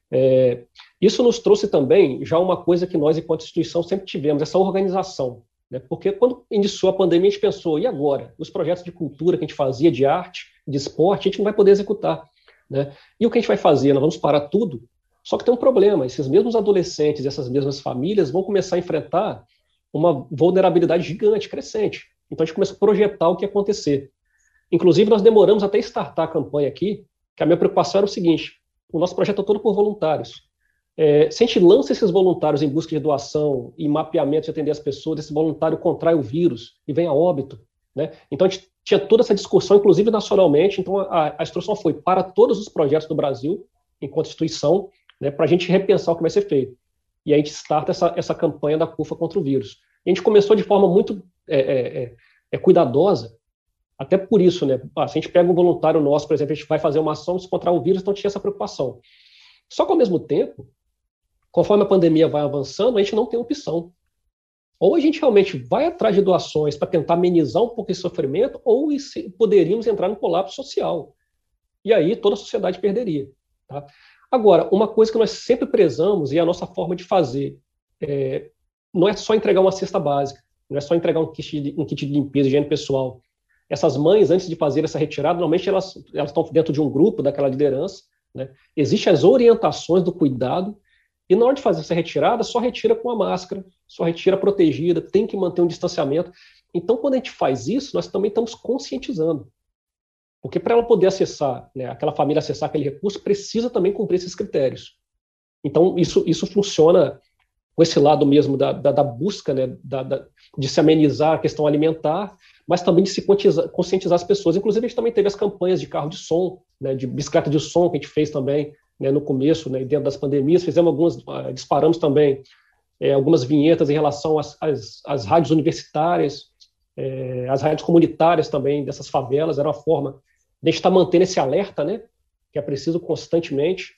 Isso nos trouxe também já uma coisa que nós, enquanto instituição, sempre tivemos, essa organização, né? Porque quando iniciou a pandemia, a gente pensou, e agora? Os projetos de cultura que a gente fazia, de arte, de esporte, a gente não vai poder executar, né? E o que a gente vai fazer? Nós vamos parar tudo? Só que tem um problema, esses mesmos adolescentes, essas mesmas famílias vão começar a enfrentar uma vulnerabilidade gigante, crescente. Então a gente começa a projetar o que ia acontecer. Inclusive nós demoramos até startar a campanha aqui, que a minha preocupação era o seguinte, o nosso projeto é todo por voluntários. Se a gente lança esses voluntários em busca de doação e mapeamento de atender as pessoas, esse voluntário contrai o vírus e vem a óbito, né? Então a gente tinha toda essa discussão, inclusive nacionalmente, então a instrução foi para todos os projetos do Brasil, enquanto instituição, né, para a gente repensar o que vai ser feito. E aí a gente starta essa campanha da CUFA contra o vírus. E a gente começou de forma muito cuidadosa, até por isso, né? Se a gente pega um voluntário nosso, por exemplo, a gente vai fazer uma ação de contra o vírus, então tinha essa preocupação. Só que ao mesmo tempo, conforme a pandemia vai avançando, a gente não tem opção. Ou a gente realmente vai atrás de doações para tentar amenizar um pouco esse sofrimento, ou poderíamos entrar no colapso social. E aí toda a sociedade perderia, tá? Agora, uma coisa que nós sempre prezamos, e a nossa forma de fazer, não é só entregar uma cesta básica, não é só entregar um kit de limpeza, higiene pessoal. Essas mães, antes de fazer essa retirada, normalmente elas estão dentro de um grupo, daquela liderança, né? Existem as orientações do cuidado, e na hora de fazer essa retirada, só retira com a máscara, só retira protegida, tem que manter um distanciamento. Então, quando a gente faz isso, nós também estamos conscientizando. Porque para ela poder acessar, né, aquela família acessar aquele recurso, precisa também cumprir esses critérios. Então, isso funciona com esse lado mesmo da busca, né, de se amenizar a questão alimentar, mas também de se conscientizar as pessoas. Inclusive, a gente também teve as campanhas de carro de som, né, de bicicleta de som, que a gente fez também, né, no começo, né, dentro das pandemias. Disparamos também algumas vinhetas em relação às rádios universitárias, as rádios comunitárias também dessas favelas. Era uma forma de a gente estar mantendo esse alerta, né, que é preciso constantemente,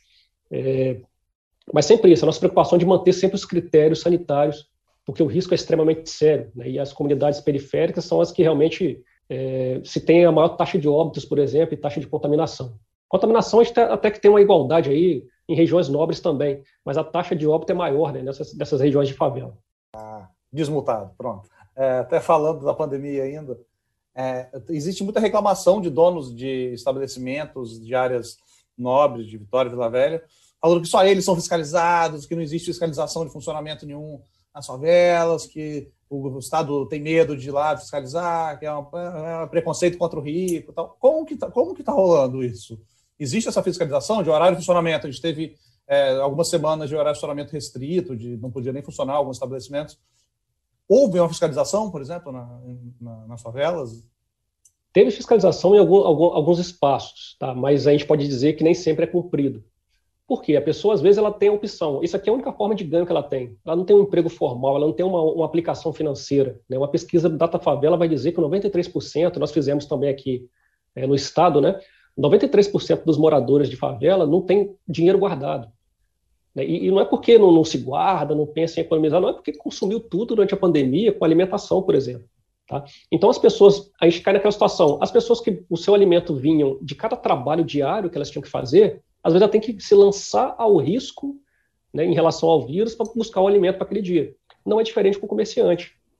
mas sempre isso, a nossa preocupação de manter sempre os critérios sanitários, porque o risco é extremamente sério, né, e as comunidades periféricas são as que realmente se tem a maior taxa de óbitos, por exemplo, e taxa de contaminação. Contaminação a gente até que tem uma igualdade aí em regiões nobres também, mas a taxa de óbito é maior, né, nessas regiões de favela. Desmutado, pronto. Até falando da pandemia ainda, existe muita reclamação de donos de estabelecimentos de áreas nobres, de Vitória e Vila Velha, falando que só eles são fiscalizados, que não existe fiscalização de funcionamento nenhum nas favelas, que o Estado tem medo de ir lá fiscalizar, que é um preconceito contra o rico e tal. Como que tá rolando isso? Existe essa fiscalização de horário de funcionamento? A gente teve algumas semanas de horário de funcionamento restrito, não podia nem funcionar alguns estabelecimentos. Houve uma fiscalização, por exemplo, nas favelas? Teve fiscalização em alguns espaços, tá? Mas a gente pode dizer que nem sempre é cumprido. Por quê? A pessoa, às vezes, ela tem a opção. Isso aqui é a única forma de ganho que ela tem. Ela não tem um emprego formal, ela não tem uma aplicação financeira, né? Uma pesquisa do Datafavela vai dizer que 93%, nós fizemos também aqui no estado, né? 93% dos moradores de favela não tem dinheiro guardado. E não é porque não se guarda, não pensa em economizar, não é porque consumiu tudo durante a pandemia com alimentação, por exemplo. Tá? Então as pessoas, a gente cai naquela situação, as pessoas que o seu alimento vinham de cada trabalho diário que elas tinham que fazer, às vezes ela tem que se lançar ao risco, né, em relação ao vírus para buscar o alimento para aquele dia. Não é diferente com o comerciante.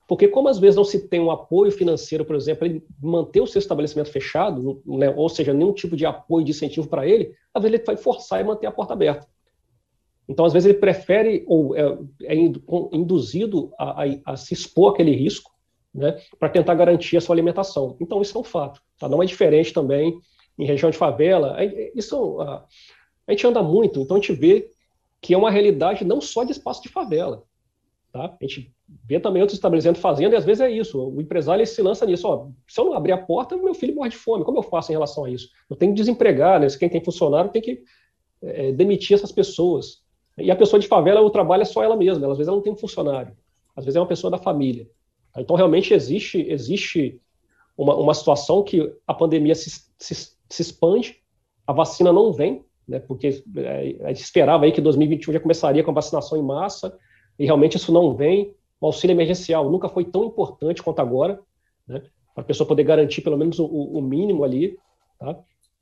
Porque como às vezes não se tem um apoio financeiro, por exemplo, ele manter o seu estabelecimento fechado, né, ou seja, nenhum tipo de apoio, de incentivo para ele, às vezes ele vai forçar e manter a porta aberta. Então, às vezes ele prefere, ou é induzido a se expor àquele risco, né, para tentar garantir a sua alimentação. Então, isso é um fato. Tá? Não é diferente também em região de favela. A gente anda muito, então a gente vê que é uma realidade não só de espaço de favela. Tá? A gente vê também outros estabelecimentos fazendo, e às vezes é isso. O empresário ele se lança nisso. Ó, se eu não abrir a porta, meu filho morre de fome. Como eu faço em relação a isso? Eu tenho que desempregar, né? Quem tem funcionário tem que demitir essas pessoas. E a pessoa de favela, o trabalho é só ela mesma. Às vezes ela não tem um funcionário. Às vezes é uma pessoa da família. Então, realmente, existe uma situação que a pandemia se expande, a vacina não vem, né? Porque a gente esperava aí que 2021 já começaria com a vacinação em massa, e realmente isso não vem. O auxílio emergencial nunca foi tão importante quanto agora, né, para a pessoa poder garantir pelo menos o mínimo ali. Tá?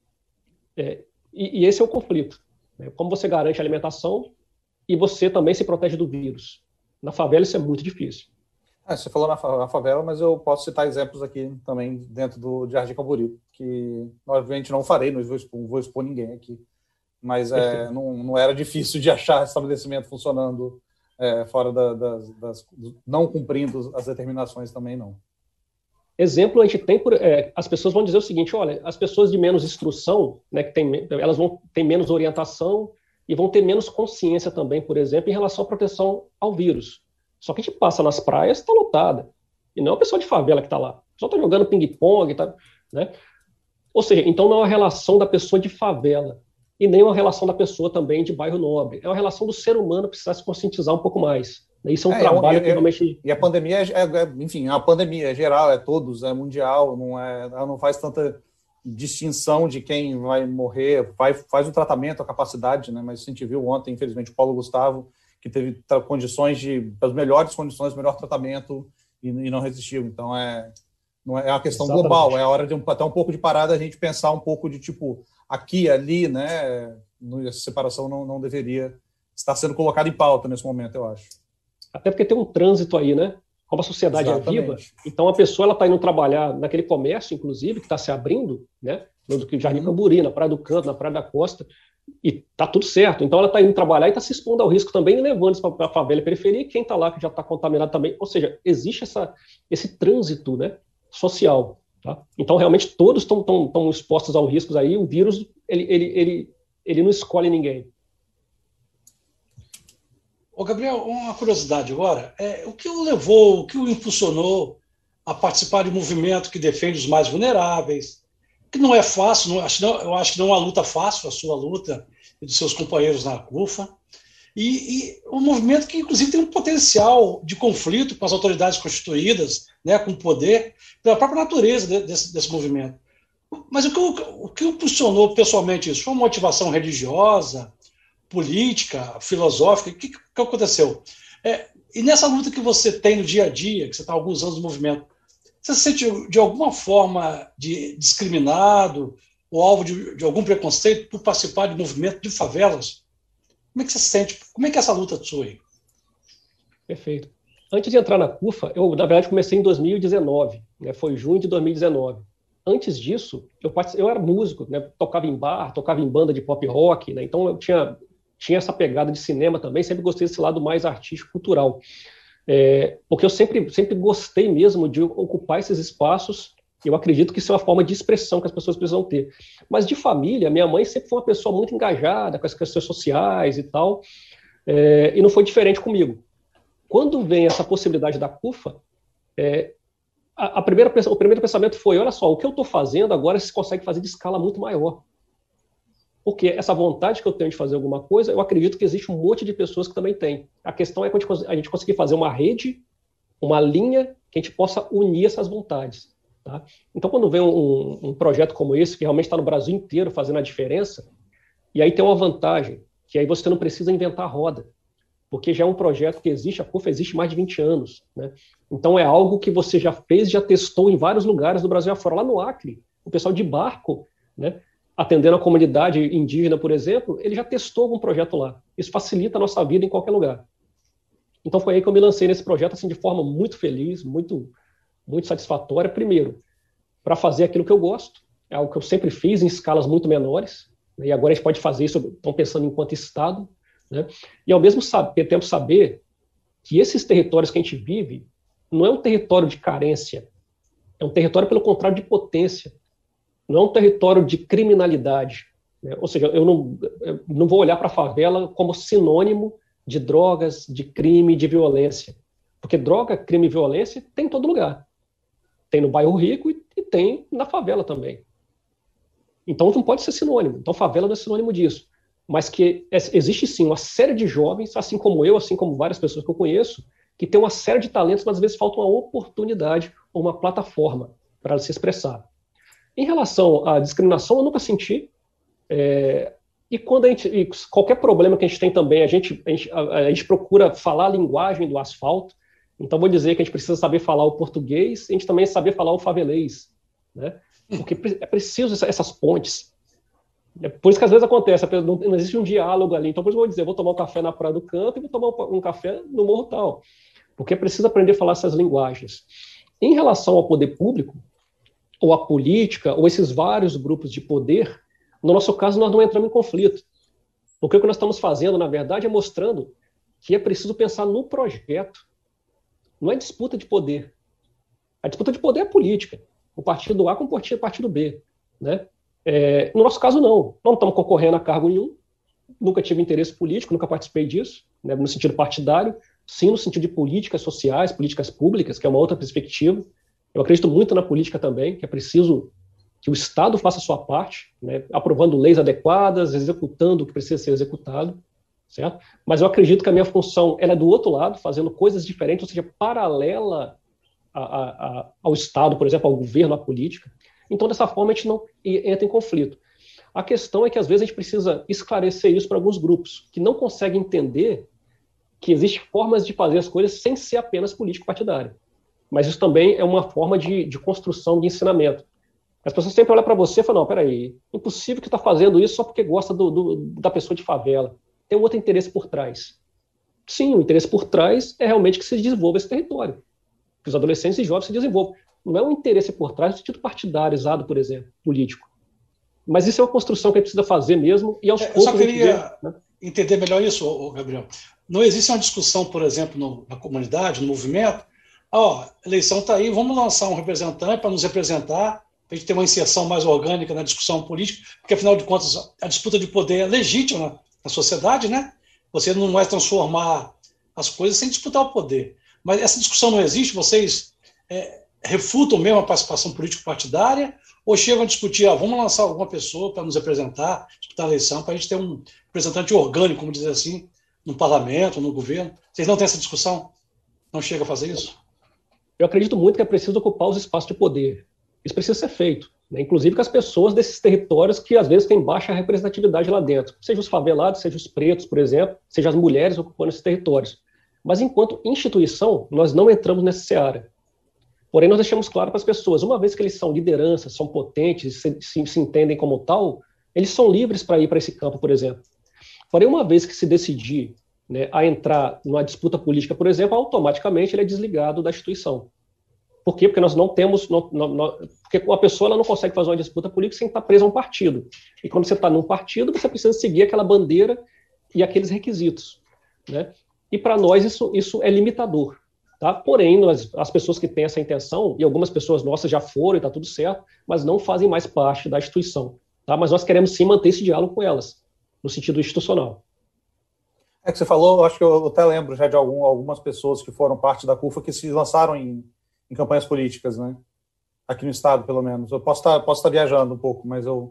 E esse é o conflito. Né? Como você garante a alimentação e você também se protege do vírus. Na favela isso é muito difícil. Você falou na favela, mas eu posso citar exemplos aqui também dentro do Jardim Camboriú, que obviamente não farei, não vou expor ninguém aqui, mas não era difícil de achar estabelecimento funcionando fora não cumprindo as determinações também, não. Exemplo, a gente tem, as pessoas vão dizer o seguinte, olha, as pessoas de menos instrução, né, elas vão ter menos orientação e vão ter menos consciência também, por exemplo, em relação à proteção ao vírus. Só que a gente passa nas praias, está lotada. E não é uma pessoa de favela que está lá. Só está jogando ping-pong, tá, né? Ou seja, então não é uma relação da pessoa de favela. E nem uma relação da pessoa também de bairro nobre. É uma relação do ser humano precisar se conscientizar um pouco mais. Isso é um trabalho que realmente... E a pandemia, enfim, a pandemia é geral, é todos, é mundial, ela não faz tanta distinção de quem vai morrer, faz o tratamento, a capacidade, né? Mas a gente viu ontem, infelizmente, o Paulo Gustavo, que teve condições as melhores condições, melhor tratamento e não resistiu. Então, não é uma questão Exatamente. Global, é a hora de até um pouco de parada a gente pensar um pouco de tipo, aqui, ali, né? Essa separação não deveria estar sendo colocada em pauta nesse momento, eu acho. Até porque tem um trânsito aí, né? Como a sociedade é viva, então a pessoa está indo trabalhar naquele comércio, inclusive, que está se abrindo, né? No Jardim Camburi, na Praia do Canto, na Praia da Costa, e tá tudo certo. Então ela está indo trabalhar e está se expondo ao risco também, levando isso para a favela e periferia, e quem está lá que já está contaminado também. Ou seja, existe esse trânsito, né, social. Tá? Então realmente todos estão expostos ao risco aí. O vírus ele não escolhe ninguém. Ô Gabriel, uma curiosidade agora, o que o impulsionou a participar de um movimento que defende os mais vulneráveis, que não é fácil, eu acho que não é uma luta fácil, a sua luta e dos seus companheiros na CUFA, e um movimento que, inclusive, tem um potencial de conflito com as autoridades constituídas, né, com o poder, pela própria natureza desse movimento. Mas o que impulsionou pessoalmente isso? Foi uma motivação religiosa, política, filosófica? O que aconteceu? E nessa luta que você tem no dia a dia, que você está há alguns anos no movimento, você se sente de alguma forma discriminado ou alvo de algum preconceito por participar de movimento de favelas? Como é que você se sente? Como é que é essa luta sua aí? Perfeito. Antes de entrar na CUFA, eu, na verdade, comecei em 2019, né? Foi junho de 2019. Antes disso, eu era músico, né? Tocava em bar, tocava em banda de pop rock, né? Então eu tinha essa pegada de cinema também, sempre gostei desse lado mais artístico, cultural. Porque eu sempre gostei mesmo de ocupar esses espaços, e eu acredito que isso é uma forma de expressão que as pessoas precisam ter. Mas de família, minha mãe sempre foi uma pessoa muito engajada com as questões sociais e tal, e não foi diferente comigo. Quando vem essa possibilidade da CUFA, o primeiro pensamento foi, olha só, o que eu estou fazendo agora se consegue fazer de escala muito maior. Porque essa vontade que eu tenho de fazer alguma coisa, eu acredito que existe um monte de pessoas que também têm. A questão é a gente conseguir fazer uma rede, uma linha, que a gente possa unir essas vontades. Tá? Então, quando vem um projeto como esse, que realmente está no Brasil inteiro fazendo a diferença, e aí tem uma vantagem, que aí você não precisa inventar a roda, porque já é um projeto que existe, a CUFA existe há mais de 20 anos. Né? Então, é algo que você já fez, já testou em vários lugares do Brasil afora. Lá no Acre, o pessoal de barco, né, atendendo a comunidade indígena, por exemplo, ele já testou algum projeto lá. Isso facilita a nossa vida em qualquer lugar. Então foi aí que eu me lancei nesse projeto assim, de forma muito feliz, muito, muito satisfatória. Primeiro, para fazer aquilo que eu gosto, é algo que eu sempre fiz em escalas muito menores, né, e agora a gente pode fazer isso, estão pensando enquanto Estado, né, e ao mesmo tempo saber que esses territórios que a gente vive não é um território de carência, é um território, pelo contrário, de potência, não é um território de criminalidade, né? Ou seja, eu não vou olhar para a favela como sinônimo de drogas, de crime, de violência, porque droga, crime e violência tem em todo lugar, tem no bairro rico e tem na favela também. Então não pode ser sinônimo, então favela não é sinônimo disso, mas que existe sim uma série de jovens, assim como eu, assim como várias pessoas que eu conheço, que tem uma série de talentos, mas às vezes falta uma oportunidade ou uma plataforma para se expressar. Em relação à discriminação, eu nunca senti. E quando qualquer problema que a gente tem também, a gente procura falar a linguagem do asfalto. Então, vou dizer que a gente precisa saber falar o português, a gente também saber falar o favelês, né? Porque é preciso essas pontes. Por isso que às vezes acontece, não existe um diálogo ali. Então, por isso eu vou dizer, eu vou tomar um café na Praia do Canto e vou tomar um café no Morro Tal. Porque é preciso aprender a falar essas linguagens. Em relação ao poder público, ou a política, ou esses vários grupos de poder, no nosso caso, nós não entramos em conflito. Porque o que nós estamos fazendo, na verdade, é mostrando que é preciso pensar no projeto. Não é disputa de poder. A disputa de poder é política. O partido A com o partido B, né? No nosso caso, não estamos concorrendo a cargo nenhum, nunca tive interesse político, nunca participei disso, né, no sentido partidário, sim no sentido de políticas sociais, políticas públicas, que é uma outra perspectiva. Eu acredito muito na política também, que é preciso que o Estado faça a sua parte, né, aprovando leis adequadas, executando o que precisa ser executado, certo? Mas eu acredito que a minha função ela é do outro lado, fazendo coisas diferentes, ou seja, paralela ao Estado, por exemplo, ao governo, à política. Então, dessa forma, a gente não entra em conflito. A questão é que, às vezes, a gente precisa esclarecer isso para alguns grupos que não conseguem entender que existem formas de fazer as coisas sem ser apenas político-partidário. Mas isso também é uma forma de construção de ensinamento. As pessoas sempre olham para você e falam, não, peraí, impossível que está fazendo isso só porque gosta da pessoa de favela. Tem um outro interesse por trás. Sim, o interesse por trás é realmente que se desenvolva esse território, que os adolescentes e jovens se desenvolvam. Não é um interesse por trás no sentido partidarizado, por exemplo, político. Mas isso é uma construção que a gente precisa fazer mesmo, e aos poucos... Eu só queria entender melhor isso, Gabriel. Não existe uma discussão, por exemplo, na comunidade, no movimento, a eleição está aí, vamos lançar um representante para nos representar, para a gente ter uma inserção mais orgânica na discussão política, porque, afinal de contas, a disputa de poder é legítima na sociedade, né? Você não vai transformar as coisas sem disputar o poder. Mas essa discussão não existe, vocês refutam mesmo a participação político-partidária, ou chegam a discutir, vamos lançar alguma pessoa para nos representar, disputar a eleição, para a gente ter um representante orgânico, como dizer assim, no parlamento, no governo. Vocês não têm essa discussão? Não chega a fazer isso? Eu acredito muito que é preciso ocupar os espaços de poder. Isso precisa ser feito, né? Inclusive com as pessoas desses territórios que às vezes têm baixa representatividade lá dentro, seja os favelados, seja os pretos, por exemplo, seja as mulheres ocupando esses territórios. Mas enquanto instituição, nós não entramos nessa seara. Porém, nós deixamos claro para as pessoas, uma vez que eles são lideranças, são potentes, se entendem como tal, eles são livres para ir para esse campo, por exemplo. Porém, uma vez que se decidir, né, a entrar numa disputa política, por exemplo, automaticamente ele é desligado da instituição. Por quê? Porque nós não temos... porque uma pessoa ela não consegue fazer uma disputa política sem estar presa a um partido. E quando você está num partido, você precisa seguir aquela bandeira e aqueles requisitos, né? E para nós isso é limitador. Tá? Porém, as pessoas que têm essa intenção, e algumas pessoas nossas já foram e está tudo certo, mas não fazem mais parte da instituição. Tá? Mas nós queremos sim manter esse diálogo com elas, no sentido institucional. É que você falou, acho que eu até lembro já de algumas pessoas que foram parte da CUFA que se lançaram em campanhas políticas, né? Aqui no estado, pelo menos. Eu posso estar viajando um pouco, mas eu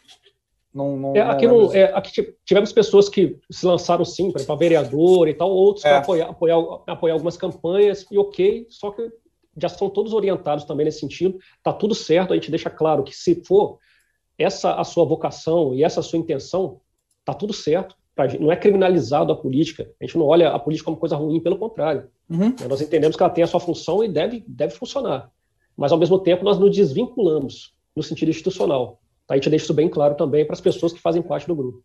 não aqui tivemos pessoas que se lançaram sim para vereador e tal, outros para apoiar algumas campanhas, e ok, só que já são todos orientados também nesse sentido, está tudo certo, a gente deixa claro que se for essa a sua vocação e essa a sua intenção, está tudo certo, não é criminalizado a política, a gente não olha a política como coisa ruim, pelo contrário. Nós entendemos que ela tem a sua função e deve funcionar, mas ao mesmo tempo nós nos desvinculamos no sentido institucional. A gente deixa isso bem claro também para as pessoas que fazem parte do grupo.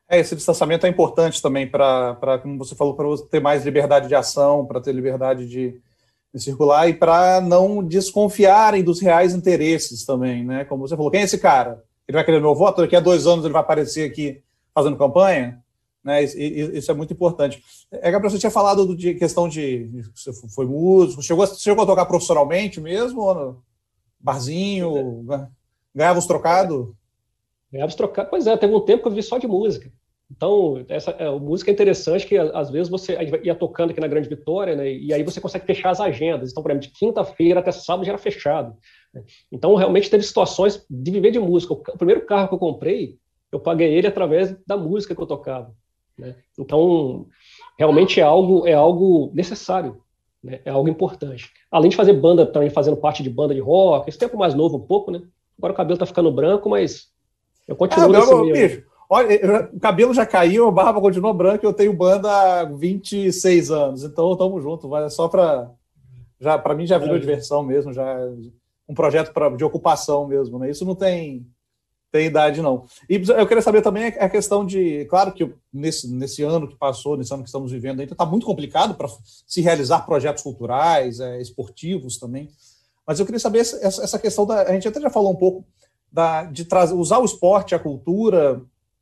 Esse distanciamento é importante também para, como você falou, para você ter mais liberdade de ação, para ter liberdade de circular e para não desconfiarem dos reais interesses também, né? Como você falou, quem é esse cara? Ele vai querer meu voto? Daqui a 2 anos ele vai aparecer aqui fazendo campanha? Né? Isso é muito importante. Gabriel, você tinha falado de questão de você foi músico, chegou a tocar profissionalmente mesmo? Ou no barzinho? Ganhava os trocados? Ganhava os trocados. Pois é, teve um tempo que eu vi só de música. Então, música é interessante que às vezes você ia tocando aqui na Grande Vitória, né, e aí você consegue fechar as agendas. Então, por exemplo, de quinta-feira até sábado já era fechado. Né? Então, realmente teve situações de viver de música. O primeiro carro que eu comprei, eu paguei ele através da música que eu tocava. Né? Então, realmente é algo necessário, né? É algo importante. Além de fazer banda, também fazendo parte de banda de rock, esse tempo mais novo um pouco, né? Agora o cabelo tá ficando branco, mas eu continuo nesse meio. Olha, o cabelo já caiu, a barba continua branca, eu tenho banda há 26 anos, então estamos juntos, mas é só para mim já virou diversão mesmo, já um projeto de ocupação mesmo, né? Isso não tem idade, não. E eu queria saber também a questão de, claro que nesse ano que passou, nesse ano que estamos vivendo, ainda está muito complicado para se realizar projetos culturais, esportivos também, mas eu queria saber essa questão a gente até já falou um pouco de usar o esporte, a cultura,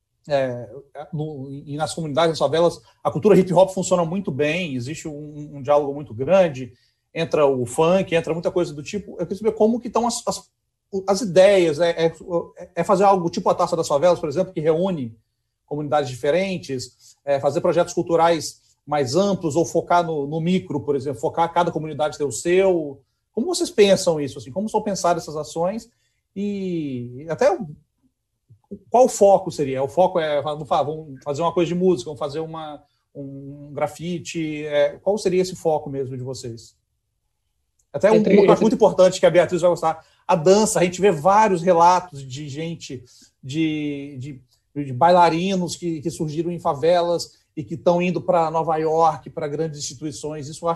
e nas comunidades, nas favelas, a cultura hip-hop funciona muito bem, existe um diálogo muito grande, entra o funk, entra muita coisa do tipo. Eu queria saber como que estão as ideias, fazer algo tipo a Taça das Favelas, por exemplo, que reúne comunidades diferentes, fazer projetos culturais mais amplos, ou focar no micro, por exemplo, focar cada comunidade ter o seu. Como vocês pensam isso? Assim? Como são pensadas essas ações? E até qual o foco seria? O foco vamos fazer uma coisa de música, vamos fazer um grafite. Qual seria esse foco mesmo de vocês? Até uma coisa muito importante que a Beatriz vai gostar, a dança. A gente vê vários relatos de gente, de bailarinos que surgiram em favelas e que estão indo para Nova York, para grandes instituições. Isso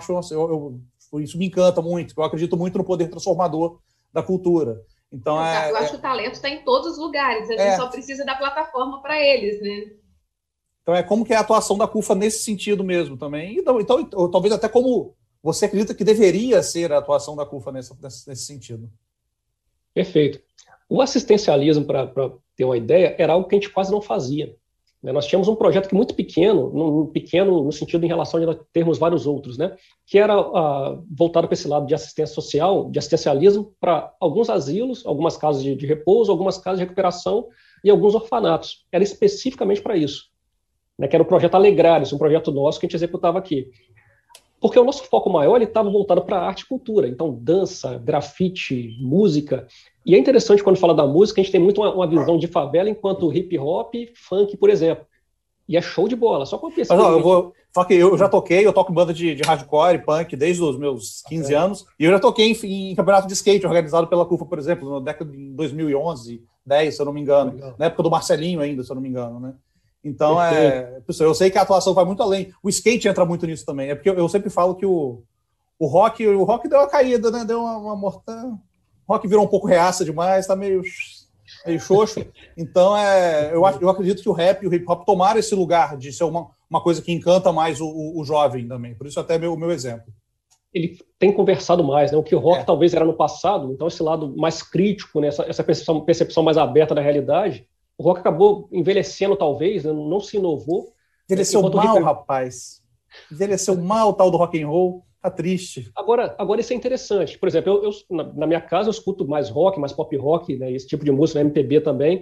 isso me encanta muito, eu acredito muito no poder transformador da cultura. Então, eu acho que o talento está em todos os lugares, a gente só precisa da plataforma para eles, né? Então, como que é a atuação da CUFA nesse sentido mesmo também? Então, talvez até como você acredita que deveria ser a atuação da CUFA nesse sentido. Perfeito. O assistencialismo, para ter uma ideia, era algo que a gente quase não fazia. Nós tínhamos um projeto muito pequeno no sentido em relação a termos vários outros, né? Que era voltado para esse lado de assistência social, de assistencialismo, para alguns asilos, algumas casas de repouso, algumas casas de recuperação e alguns orfanatos. Era especificamente para isso, né? Que era o projeto Alegrários, um projeto nosso que a gente executava aqui. Porque o nosso foco maior estava voltado para arte e cultura, então dança, grafite, música. E é interessante quando fala da música, a gente tem muito uma visão de favela enquanto hip hop, funk, por exemplo. E é show de bola, só com a pesquisa. Eu já toquei, eu toco banda de hardcore, punk, desde os meus 15 anos, e eu já toquei em campeonato de skate organizado pela CUFA, por exemplo, na década de 2011, 10, se eu não me engano, legal. Na época do Marcelinho ainda, se eu não me engano, né? Então, eu sei que a atuação vai muito além. O skate entra muito nisso também. É porque eu sempre falo que o rock deu uma caída, né? Deu uma morta. O rock virou um pouco reaça demais, tá meio xoxo. Então, eu acredito que o rap e o hip hop tomaram esse lugar de ser uma coisa que encanta mais o jovem também. Por isso até o meu exemplo. Ele tem conversado mais, né? O que o rock talvez era no passado, então esse lado mais crítico, né? essa percepção mais aberta da realidade. O rock acabou envelhecendo, talvez, né? Não se inovou. Envelheceu mal, rapaz. Envelheceu mal o tal do rock and roll. Tá triste. Agora isso é interessante. Por exemplo, eu na minha casa eu escuto mais rock, mais pop rock, né? Esse tipo de música, MPB também.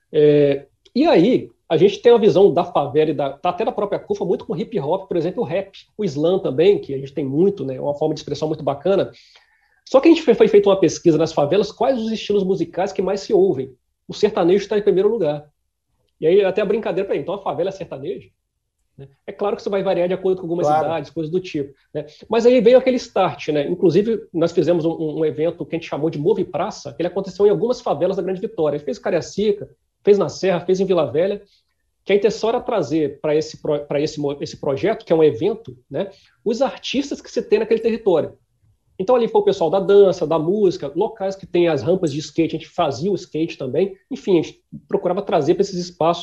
E aí, a gente tem uma visão da favela e até da própria CUFA muito com hip hop, por exemplo, o rap, o slam também, que a gente tem muito, né? Uma forma de expressão muito bacana. Só que a gente foi feito uma pesquisa nas favelas, quais os estilos musicais que mais se ouvem. O sertanejo está em primeiro lugar. E aí até a brincadeira para ele, então a favela é sertanejo? Né? É claro que isso vai variar de acordo com algumas idades, coisas do tipo. Né? Mas aí veio aquele start, né? Inclusive nós fizemos um evento que a gente chamou de Move Praça, que ele aconteceu em algumas favelas da Grande Vitória. A gente fez em Cariacica, fez na Serra, fez em Vila Velha, que a intenção era trazer para esse projeto, que é um evento, né, os artistas que se tem naquele território. Então ali foi o pessoal da dança, da música, locais que tem as rampas de skate, a gente fazia o skate também, enfim, a gente procurava trazer para esses espaços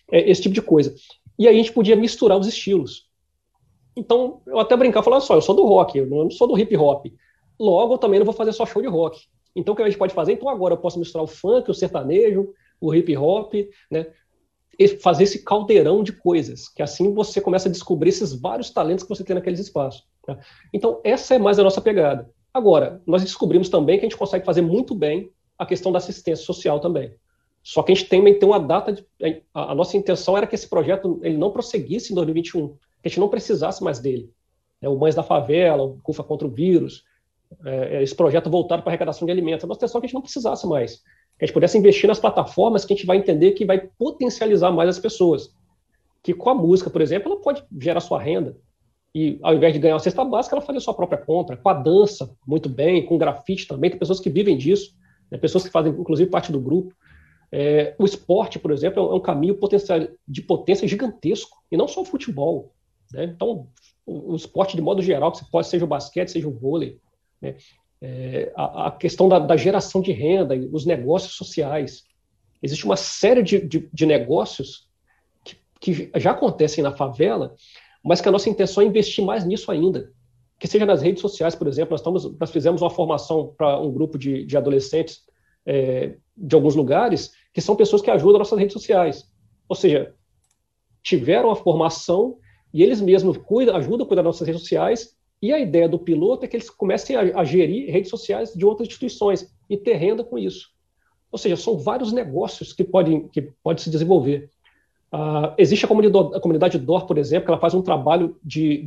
esse tipo de coisa. E aí a gente podia misturar os estilos. Então, eu até brincar, falar só, eu sou do rock, eu não sou do hip hop. Logo, eu também não vou fazer só show de rock. Então, o que a gente pode fazer? Então, agora eu posso misturar o funk, o sertanejo, o hip hop, né? E fazer esse caldeirão de coisas, que assim você começa a descobrir esses vários talentos que você tem naqueles espaços. Tá? Então, essa é mais a nossa pegada. Agora, nós descobrimos também que a gente consegue fazer muito bem a questão da assistência social também. Só que a gente tem uma data, a nossa intenção era que esse projeto ele não prosseguisse em 2021, que a gente não precisasse mais dele. O Mães da Favela, o CUFA contra o Vírus, esse projeto voltado para a arrecadação de alimentos. A nossa intenção é que a gente não precisasse mais. Que a gente pudesse investir nas plataformas que a gente vai entender que vai potencializar mais as pessoas. Que com a música, por exemplo, ela pode gerar sua renda. E ao invés de ganhar uma cesta básica, ela faz a sua própria compra. Com a dança, muito bem. Com o grafite também. Tem pessoas que vivem disso. Né? Pessoas que fazem, inclusive, parte do grupo. O esporte, por exemplo, é um caminho de potência gigantesco. E não só o futebol. Né? Então, o esporte de modo geral, que seja o basquete, seja o vôlei, né? A questão da geração de renda, os negócios sociais. Existe uma série de negócios que já acontecem na favela, mas que a nossa intenção é investir mais nisso ainda. Que seja nas redes sociais, por exemplo, nós fizemos uma formação para um grupo de adolescentes de alguns lugares, que são pessoas que ajudam nossas redes sociais. Ou seja, tiveram a formação e eles mesmos ajudam a cuidar das nossas redes sociais. E a ideia do piloto é que eles comecem a gerir redes sociais de outras instituições e ter renda com isso. Ou seja, são vários negócios que podem se desenvolver. Existe a comunidade DOR, por exemplo, que ela faz um trabalho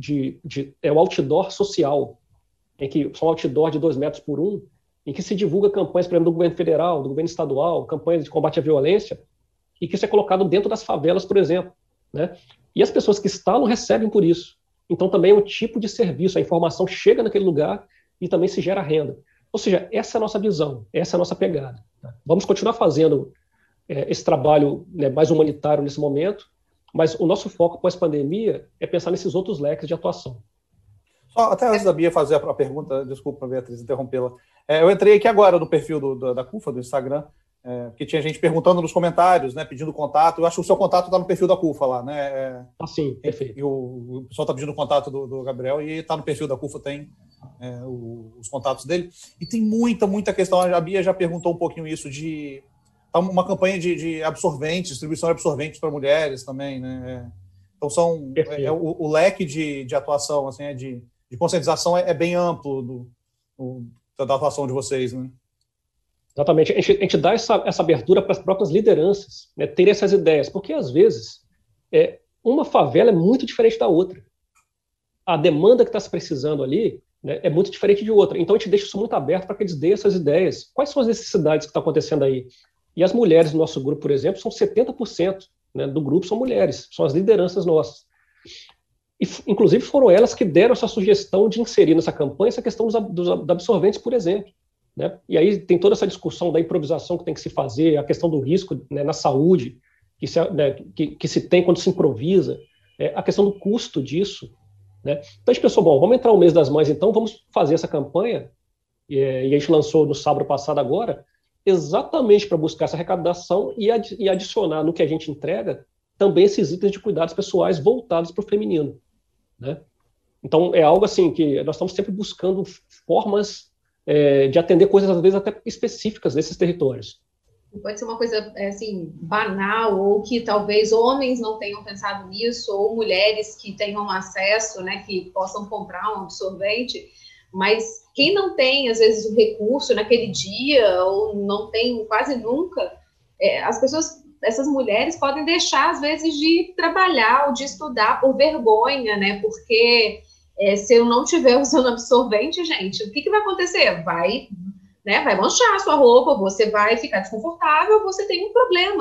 o outdoor social, em que são outdoor de 2 metros por 1, em que se divulga campanhas, por exemplo, do governo federal, do governo estadual, campanhas de combate à violência, e que isso é colocado dentro das favelas, por exemplo. Né? E as pessoas que instalam recebem por isso. Então, também é um tipo de serviço, a informação chega naquele lugar e também se gera renda. Ou seja, essa é a nossa visão, essa é a nossa pegada. Tá? Vamos continuar fazendo esse trabalho, né, mais humanitário nesse momento, mas o nosso foco pós-pandemia é pensar nesses outros leques de atuação. Só, até antes da Bia fazer a pergunta, desculpa, Beatriz, interrompê-la. Eu entrei aqui agora no perfil da CUFA, do Instagram, porque tinha gente perguntando nos comentários, né, pedindo contato. Eu acho que o seu contato está no perfil da CUFA lá, né? Sim, perfeito. E o pessoal está pedindo o contato do Gabriel e está no perfil da CUFA, tem os contatos dele. E tem muita questão, a Bia já perguntou um pouquinho isso, de uma campanha de absorventes, distribuição de absorventes para mulheres também, né? Então, o leque de atuação, assim, de conscientização é bem amplo da atuação de vocês, né? Exatamente. A gente dá essa abertura para as próprias lideranças, né, terem essas ideias, porque, às vezes, uma favela é muito diferente da outra. A demanda que está se precisando ali, né, é muito diferente de outra. Então, a gente deixa isso muito aberto para que eles deem essas ideias. Quais são as necessidades que estão acontecendo aí? E as mulheres do nosso grupo, por exemplo, são 70%, né, do grupo são mulheres, são as lideranças nossas. E, inclusive, foram elas que deram essa sugestão de inserir nessa campanha essa questão dos absorventes, por exemplo. Né? E aí tem toda essa discussão da improvisação que tem que se fazer, a questão do risco, né, na saúde, que se tem quando se improvisa, a questão do custo disso. Né? Então a gente pensou, bom, vamos entrar o mês das mães, então vamos fazer essa campanha, e a gente lançou no sábado passado agora, exatamente para buscar essa arrecadação e adicionar no que a gente entrega também esses itens de cuidados pessoais voltados para o feminino. Né? Então é algo assim que nós estamos sempre buscando formas de atender coisas, às vezes, até específicas desses territórios. Pode ser uma coisa, assim, banal, ou que talvez homens não tenham pensado nisso, ou mulheres que tenham acesso, né, que possam comprar um absorvente, mas quem não tem, às vezes, o recurso naquele dia, ou não tem quase nunca, essas mulheres podem deixar, às vezes, de trabalhar ou de estudar por vergonha, né, porque... se eu não estiver usando absorvente, gente, o que vai acontecer? Vai manchar a sua roupa, você vai ficar desconfortável, você tem um problema.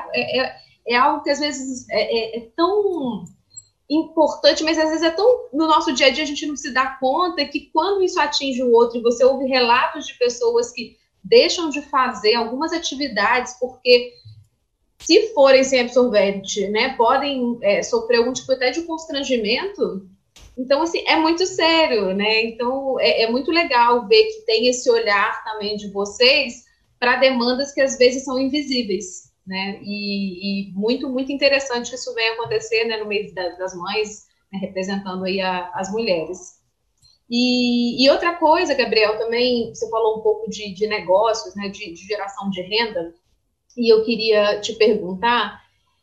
É algo que às vezes é tão importante, mas às vezes é tão no nosso dia a dia a gente não se dá conta que quando isso atinge o outro e você ouve relatos de pessoas que deixam de fazer algumas atividades porque se forem sem absorvente, né, podem sofrer algum tipo até de constrangimento. Então, assim, é muito sério, né? Então, é muito legal ver que tem esse olhar também de vocês para demandas que às vezes são invisíveis, né? E muito, muito interessante que isso venha acontecer, né, no mês das mães, né, representando aí as mulheres. E outra coisa, Gabriel, também você falou um pouco de negócios, né, de geração de renda, e eu queria te perguntar,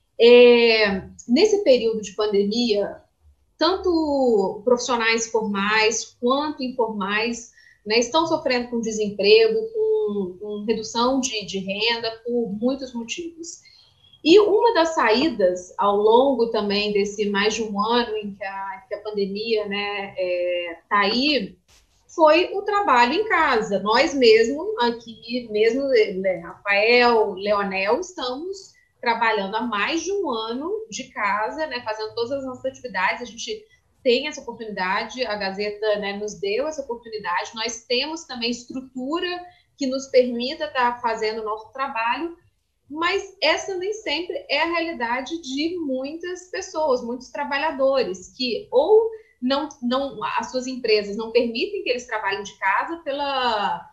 nesse período de pandemia, tanto profissionais formais quanto informais, né, estão sofrendo com desemprego, com redução de renda, por muitos motivos. E uma das saídas, ao longo também desse mais de um ano em que a pandemia, né, tá aí, foi o trabalho em casa. Nós mesmos, aqui mesmo, né, Rafael, Leonel, estamos trabalhando há mais de um ano de casa, né, fazendo todas as nossas atividades. A gente tem essa oportunidade, a Gazeta, né, nos deu essa oportunidade. Nós temos também estrutura que nos permita estar fazendo o nosso trabalho, mas essa nem sempre é a realidade de muitas pessoas, muitos trabalhadores, que ou não as suas empresas não permitem que eles trabalhem de casa pela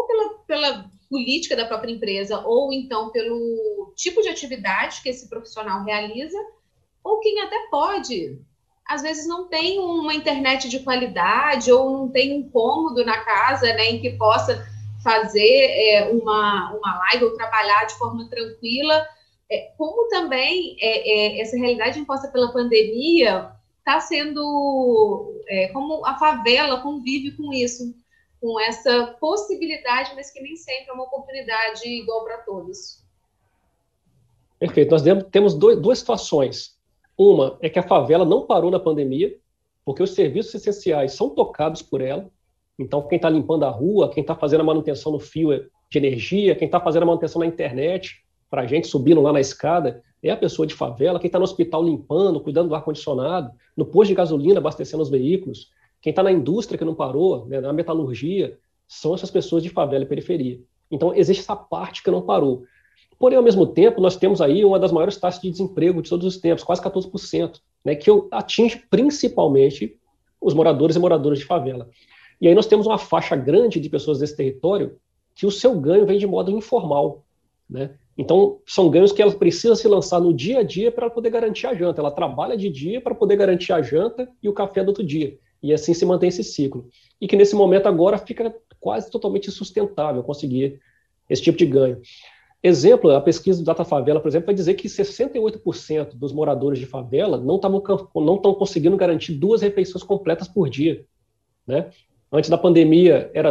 política da própria empresa, ou então pelo tipo de atividade que esse profissional realiza, ou quem até pode, às vezes não tem uma internet de qualidade, ou não tem um cômodo na casa, né, em que possa fazer uma live ou trabalhar de forma tranquila, como também essa realidade imposta pela pandemia está sendo, como a favela convive com isso, com essa possibilidade, mas que nem sempre é uma oportunidade igual para todos. Perfeito. Nós temos duas situações. Uma é que a favela não parou na pandemia, porque os serviços essenciais são tocados por ela. Então, quem está limpando a rua, quem está fazendo a manutenção no fio de energia, quem está fazendo a manutenção na internet, para a gente subindo lá na escada, é a pessoa de favela. Quem está no hospital limpando, cuidando do ar-condicionado, no posto de gasolina, abastecendo os veículos, quem está na indústria que não parou, né, na metalurgia, são essas pessoas de favela e periferia. Então, existe essa parte que não parou. Porém, ao mesmo tempo, nós temos aí uma das maiores taxas de desemprego de todos os tempos, quase 14%, né, que atinge principalmente os moradores e moradoras de favela. E aí nós temos uma faixa grande de pessoas desse território que o seu ganho vem de modo informal, né? Então, são ganhos que ela precisa se lançar no dia a dia para poder garantir a janta. Ela trabalha de dia para poder garantir a janta e o café do outro dia. E assim se mantém esse ciclo. E que nesse momento agora fica quase totalmente insustentável conseguir esse tipo de ganho. Exemplo, a pesquisa do Datafavela, por exemplo, vai dizer que 68% dos moradores de favela não estão conseguindo garantir 2 refeições completas por dia, né? Antes da pandemia era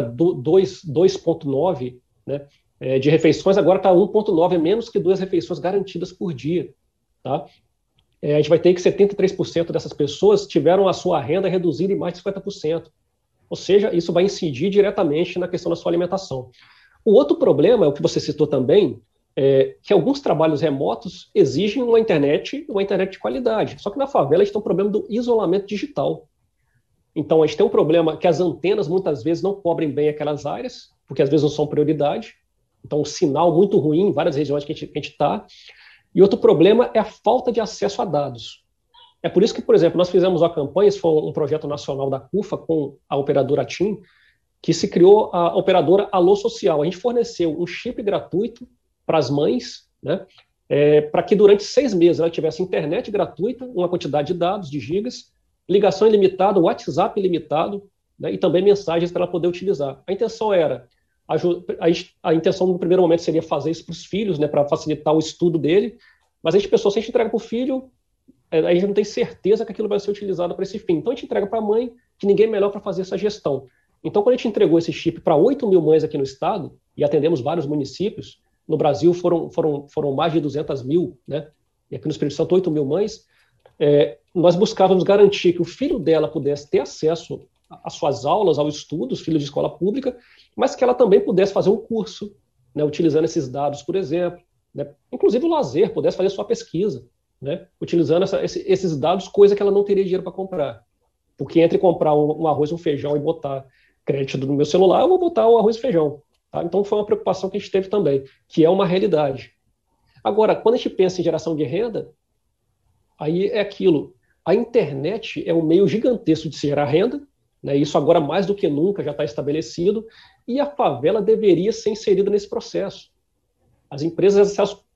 2,9, né, de refeições, agora está 1,9, menos que 2 refeições garantidas por dia. Tá? A gente vai ter que 73% dessas pessoas tiveram a sua renda reduzida em mais de 50%. Ou seja, isso vai incidir diretamente na questão da sua alimentação. O outro problema, é o que você citou também, que alguns trabalhos remotos exigem uma internet de qualidade. Só que na favela a gente tem um problema do isolamento digital. Então, a gente tem um problema que as antenas, muitas vezes, não cobrem bem aquelas áreas, porque às vezes não são prioridade. Então, um sinal muito ruim em várias regiões que a gente está. E outro problema é a falta de acesso a dados. É por isso que, por exemplo, nós fizemos uma campanha, esse foi um projeto nacional da CUFA, com a operadora TIM, que se criou a operadora Alô Social. A gente forneceu um chip gratuito para as mães, né, para que durante 6 meses ela tivesse internet gratuita, uma quantidade de dados, de gigas, ligação ilimitada, WhatsApp ilimitado, né, e também mensagens para ela poder utilizar. A intenção era, a intenção no primeiro momento seria fazer isso para os filhos, né, para facilitar o estudo dele, mas a gente pensou, se a gente entrega para o filho, a gente não tem certeza que aquilo vai ser utilizado para esse fim. Então a gente entrega para a mãe, que ninguém é melhor para fazer essa gestão. Então, quando a gente entregou esse chip para 8 mil mães aqui no estado, e atendemos vários municípios, no Brasil foram mais de 200 mil, né, e aqui no Espírito Santo 8 mil mães, nós buscávamos garantir que o filho dela pudesse ter acesso às suas aulas, ao estudo, os filhos de escola pública, mas que ela também pudesse fazer um curso, né, utilizando esses dados, por exemplo, né, inclusive o lazer, pudesse fazer sua pesquisa, né, utilizando esses dados, coisa que ela não teria dinheiro para comprar. Porque entre comprar um arroz e um feijão e botar crédito no meu celular, eu vou botar o arroz e feijão. Tá? Então foi uma preocupação que a gente teve também, que é uma realidade. Agora, quando a gente pensa em geração de renda, aí é aquilo. A internet é um meio gigantesco de se gerar renda, né? Isso agora mais do que nunca já está estabelecido, e a favela deveria ser inserida nesse processo. As empresas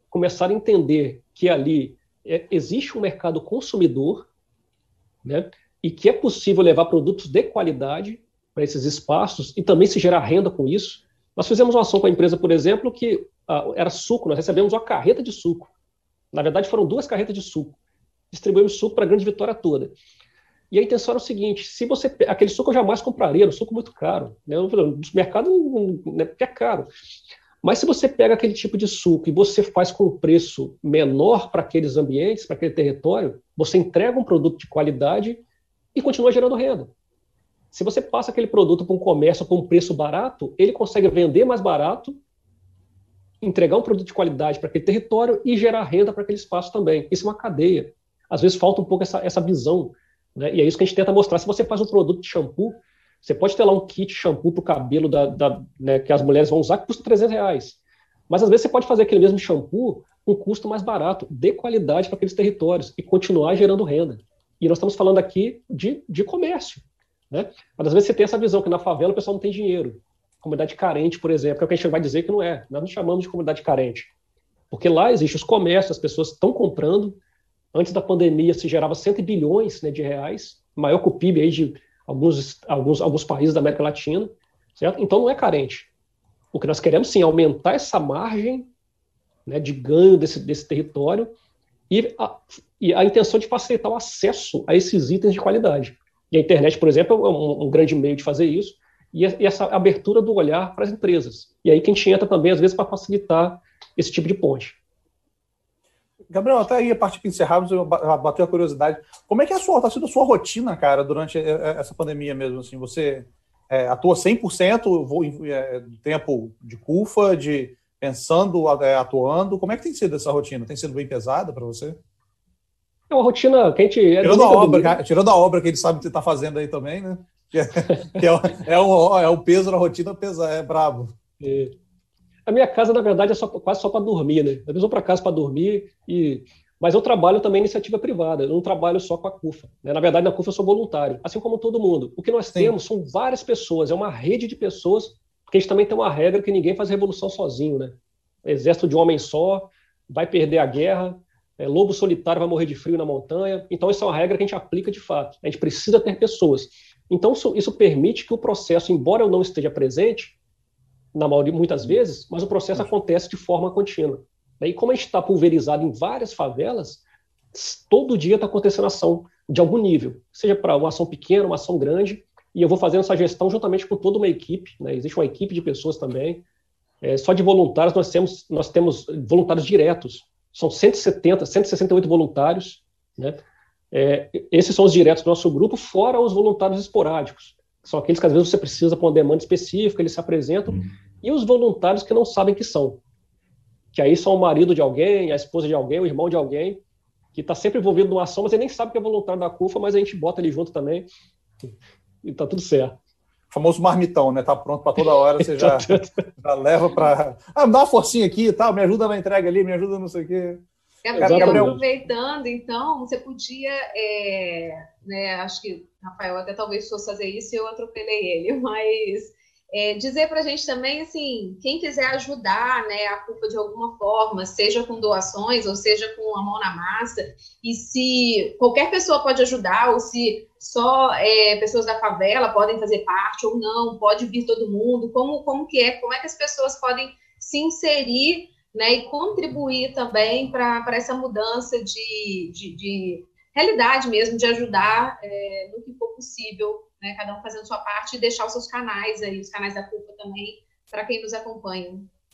começar a entender que ali existe um mercado consumidor, né, e que é possível levar produtos de qualidade para esses espaços e também se gerar renda com isso. Nós fizemos uma ação com a empresa, por exemplo, que era suco, nós recebemos uma carreta de suco. Na verdade, foram 2 carretas de suco. Distribuímos suco para a Grande Vitória toda. E a intenção era o seguinte, aquele suco eu jamais compraria, um suco muito caro, né? No mercado é caro. Mas se você pega aquele tipo de suco e você faz com um preço menor para aqueles ambientes, para aquele território, você entrega um produto de qualidade e continua gerando renda. Se você passa aquele produto para um comércio com um preço barato, ele consegue vender mais barato, entregar um produto de qualidade para aquele território e gerar renda para aquele espaço também. Isso é uma cadeia. Às vezes falta um pouco essa visão, né? E é isso que a gente tenta mostrar. Se você faz um produto de shampoo, você pode ter lá um kit shampoo para o cabelo né, que as mulheres vão usar, que custa R$300. Mas às vezes você pode fazer aquele mesmo shampoo com um custo mais barato, de qualidade para aqueles territórios e continuar gerando renda. E nós estamos falando aqui de comércio, né? Mas às vezes você tem essa visão que na favela o pessoal não tem dinheiro. Comunidade carente, por exemplo, é o que a gente vai dizer que não é. Nós não chamamos de comunidade carente. Porque lá existem os comércios, as pessoas estão comprando. Antes da pandemia se gerava 100 bilhões, né, de reais, maior que o PIB aí de alguns países da América Latina, certo? Então não é carente. O que nós queremos, sim, é aumentar essa margem, né, de ganho desse território e a intenção de facilitar o acesso a esses itens de qualidade. E a internet, por exemplo, é um grande meio de fazer isso, e essa abertura do olhar para as empresas. E aí que a gente entra também, às vezes, para facilitar esse tipo de ponte. Gabriel, até aí a partir de encerrarmos, eu bateu a curiosidade. Como é que está sendo a sua rotina, cara, durante essa pandemia mesmo? Assim, você atua 100% do tempo de CUFA, pensando, atuando? Como é que tem sido essa rotina? Tem sido bem pesada para você? É uma rotina que a gente... Tirando a obra que ele sabe que você está fazendo aí também, né? É o peso da rotina, é brabo. A minha casa, na verdade, é quase só para dormir, né? Eu vou para casa para dormir, mas eu trabalho também em iniciativa privada, eu não trabalho só com a CUFA, né? Na verdade, na CUFA eu sou voluntário, assim como todo mundo. O que nós temos são várias pessoas, é uma rede de pessoas, porque a gente também tem uma regra que ninguém faz revolução sozinho, né? Exército de um homem só, vai perder a guerra, lobo solitário vai morrer de frio na montanha. Então, isso é uma regra que a gente aplica de fato. A gente precisa ter pessoas. Então, isso permite que o processo, embora eu não esteja presente, muitas vezes, mas o processo acontece de forma contínua. E como a gente está pulverizado em várias favelas, todo dia está acontecendo ação de algum nível, seja para uma ação pequena, uma ação grande, e eu vou fazendo essa gestão juntamente com toda uma equipe, né? Existe uma equipe de pessoas também. Só de voluntários nós temos voluntários diretos, são 168 voluntários, né? Esses são os diretos do nosso grupo, fora os voluntários esporádicos, que são aqueles que às vezes você precisa para uma demanda específica, eles se apresentam, e os voluntários que não sabem que são, que aí são o marido de alguém, a esposa de alguém, o irmão de alguém, que está sempre envolvido numa ação, mas ele nem sabe que é voluntário da CUFA, mas a gente bota ele junto também, e tá tudo certo. O famoso marmitão, né? Tá pronto para toda hora, você já leva para... me dá uma forcinha aqui e tal, me ajuda na entrega ali, me ajuda não sei o quê. Gabriel, aproveitando, então, você podia, né, acho que Rafael até talvez fosse fazer isso e eu atropelei ele, mas dizer para a gente também, assim, quem quiser ajudar, né, a CUFA de alguma forma, seja com doações ou seja com a mão na massa, e se qualquer pessoa pode ajudar, ou se só pessoas da favela podem fazer parte ou não, pode vir todo mundo, como que as pessoas podem se inserir, né, e contribuir também para essa mudança de realidade mesmo, de ajudar no que for possível, né, cada um fazendo sua parte e deixar os seus canais aí, os canais da CUFA também, para quem nos acompanha.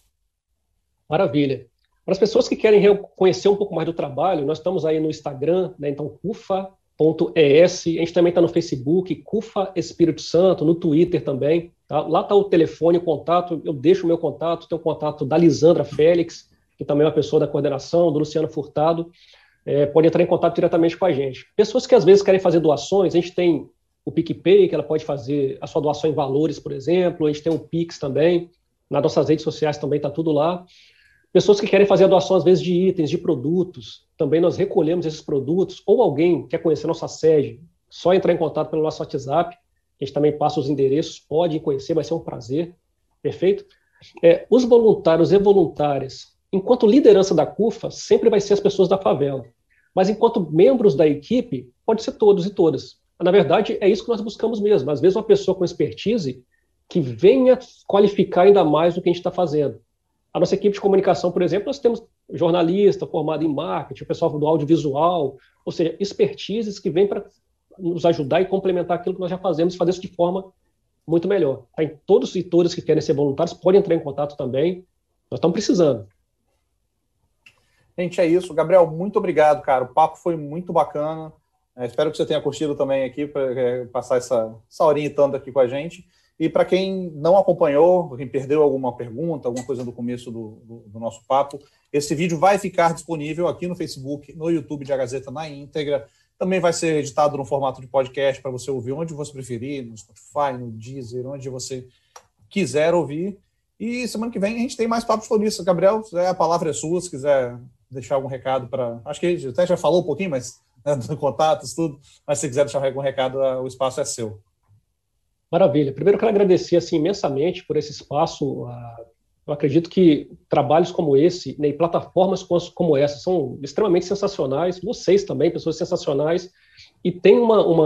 Maravilha. Para as pessoas que querem conhecer um pouco mais do trabalho, nós estamos aí no Instagram, né, então cufa.es, a gente também está no Facebook, CUFA Espírito Santo, no Twitter também. Tá? Lá está o telefone, o contato, eu deixo o meu contato, tem o contato da Lisandra Félix, que também é uma pessoa da coordenação, do Luciano Furtado, pode entrar em contato diretamente com a gente. Pessoas que às vezes querem fazer doações, a gente tem o PicPay, que ela pode fazer a sua doação em valores, por exemplo, a gente tem o Pix também, nas nossas redes sociais também está tudo lá. Pessoas que querem fazer a doação, às vezes, de itens, de produtos, também nós recolhemos esses produtos, ou alguém quer conhecer nossa sede, só entrar em contato pelo nosso WhatsApp, a gente também passa os endereços, pode conhecer, vai ser um prazer, perfeito? Os voluntários e voluntárias enquanto liderança da CUFA, sempre vai ser as pessoas da favela. Mas enquanto membros da equipe, pode ser todos e todas. Na verdade, é isso que nós buscamos mesmo. Às vezes, uma pessoa com expertise que venha qualificar ainda mais do que a gente está fazendo. A nossa equipe de comunicação, por exemplo, nós temos jornalista formado em marketing, o pessoal do audiovisual, ou seja, expertises que vêm para nos ajudar e complementar aquilo que nós já fazemos, fazer isso de forma muito melhor. Tá? Em todos e todas que querem ser voluntários podem entrar em contato também. Nós estamos precisando. Gente, é isso. Gabriel, muito obrigado, cara. O papo foi muito bacana. Espero que você tenha curtido também aqui, para passar essa horinha e tanto aqui com a gente. E para quem não acompanhou, quem perdeu alguma pergunta, alguma coisa no começo do nosso papo, esse vídeo vai ficar disponível aqui no Facebook, no YouTube de A Gazeta na íntegra. Também vai ser editado no formato de podcast para você ouvir onde você preferir, no Spotify, no Deezer, onde você quiser ouvir. E semana que vem a gente tem mais papos colunistas. Gabriel, a palavra é sua, se quiser deixar algum recado para... Acho que ele até já falou um pouquinho, mas contatos, tudo. Mas se quiser deixar algum recado, o espaço é seu. Maravilha. Primeiro, eu quero agradecer assim, imensamente por esse espaço. Eu acredito que trabalhos como esse, né, e plataformas como essa são extremamente sensacionais. Vocês também, pessoas sensacionais, e tem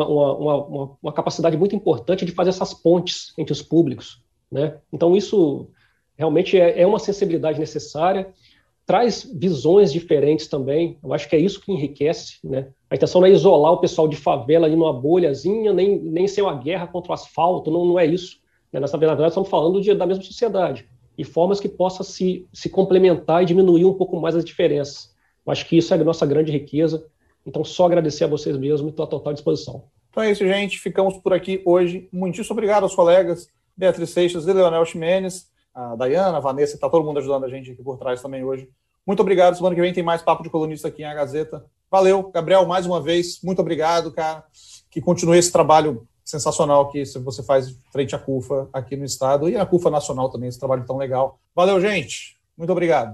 uma capacidade muito importante de fazer essas pontes entre os públicos, né? Então, isso realmente é uma sensibilidade necessária, traz visões diferentes também. Eu acho que é isso que enriquece, né? A intenção não é isolar o pessoal de favela ali numa bolhazinha, nem ser uma guerra contra o asfalto, não é isso. Né? Na verdade, estamos falando da mesma sociedade e formas que possam se complementar e diminuir um pouco mais as diferenças. Eu acho que isso é a nossa grande riqueza. Então, só agradecer a vocês mesmos e estou à total disposição. Então é isso, gente. Ficamos por aqui hoje. Muitíssimo obrigado aos colegas Beatriz Seixas e Leonel Ximenes, a Dayana, a Vanessa, está todo mundo ajudando a gente aqui por trás também hoje. Muito obrigado. Semana que vem tem mais Papo de Colunista aqui em A Gazeta. Valeu, Gabriel, mais uma vez. Muito obrigado, cara. Que continue esse trabalho sensacional que você faz frente à CUFA aqui no estado e a CUFA nacional também, esse trabalho tão legal. Valeu, gente. Muito obrigado.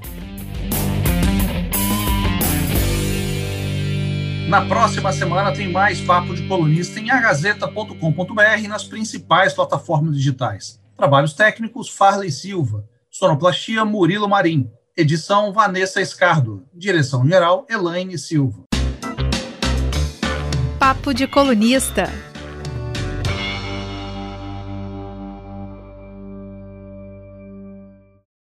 Na próxima semana tem mais Papo de Colunista em agazeta.com.br e nas principais plataformas digitais. Trabalhos técnicos, Farley Silva. Sonoplastia, Murilo Marim. Edição, Vanessa Escardo. Direção-geral, Elaine Silva. Papo de Colunista.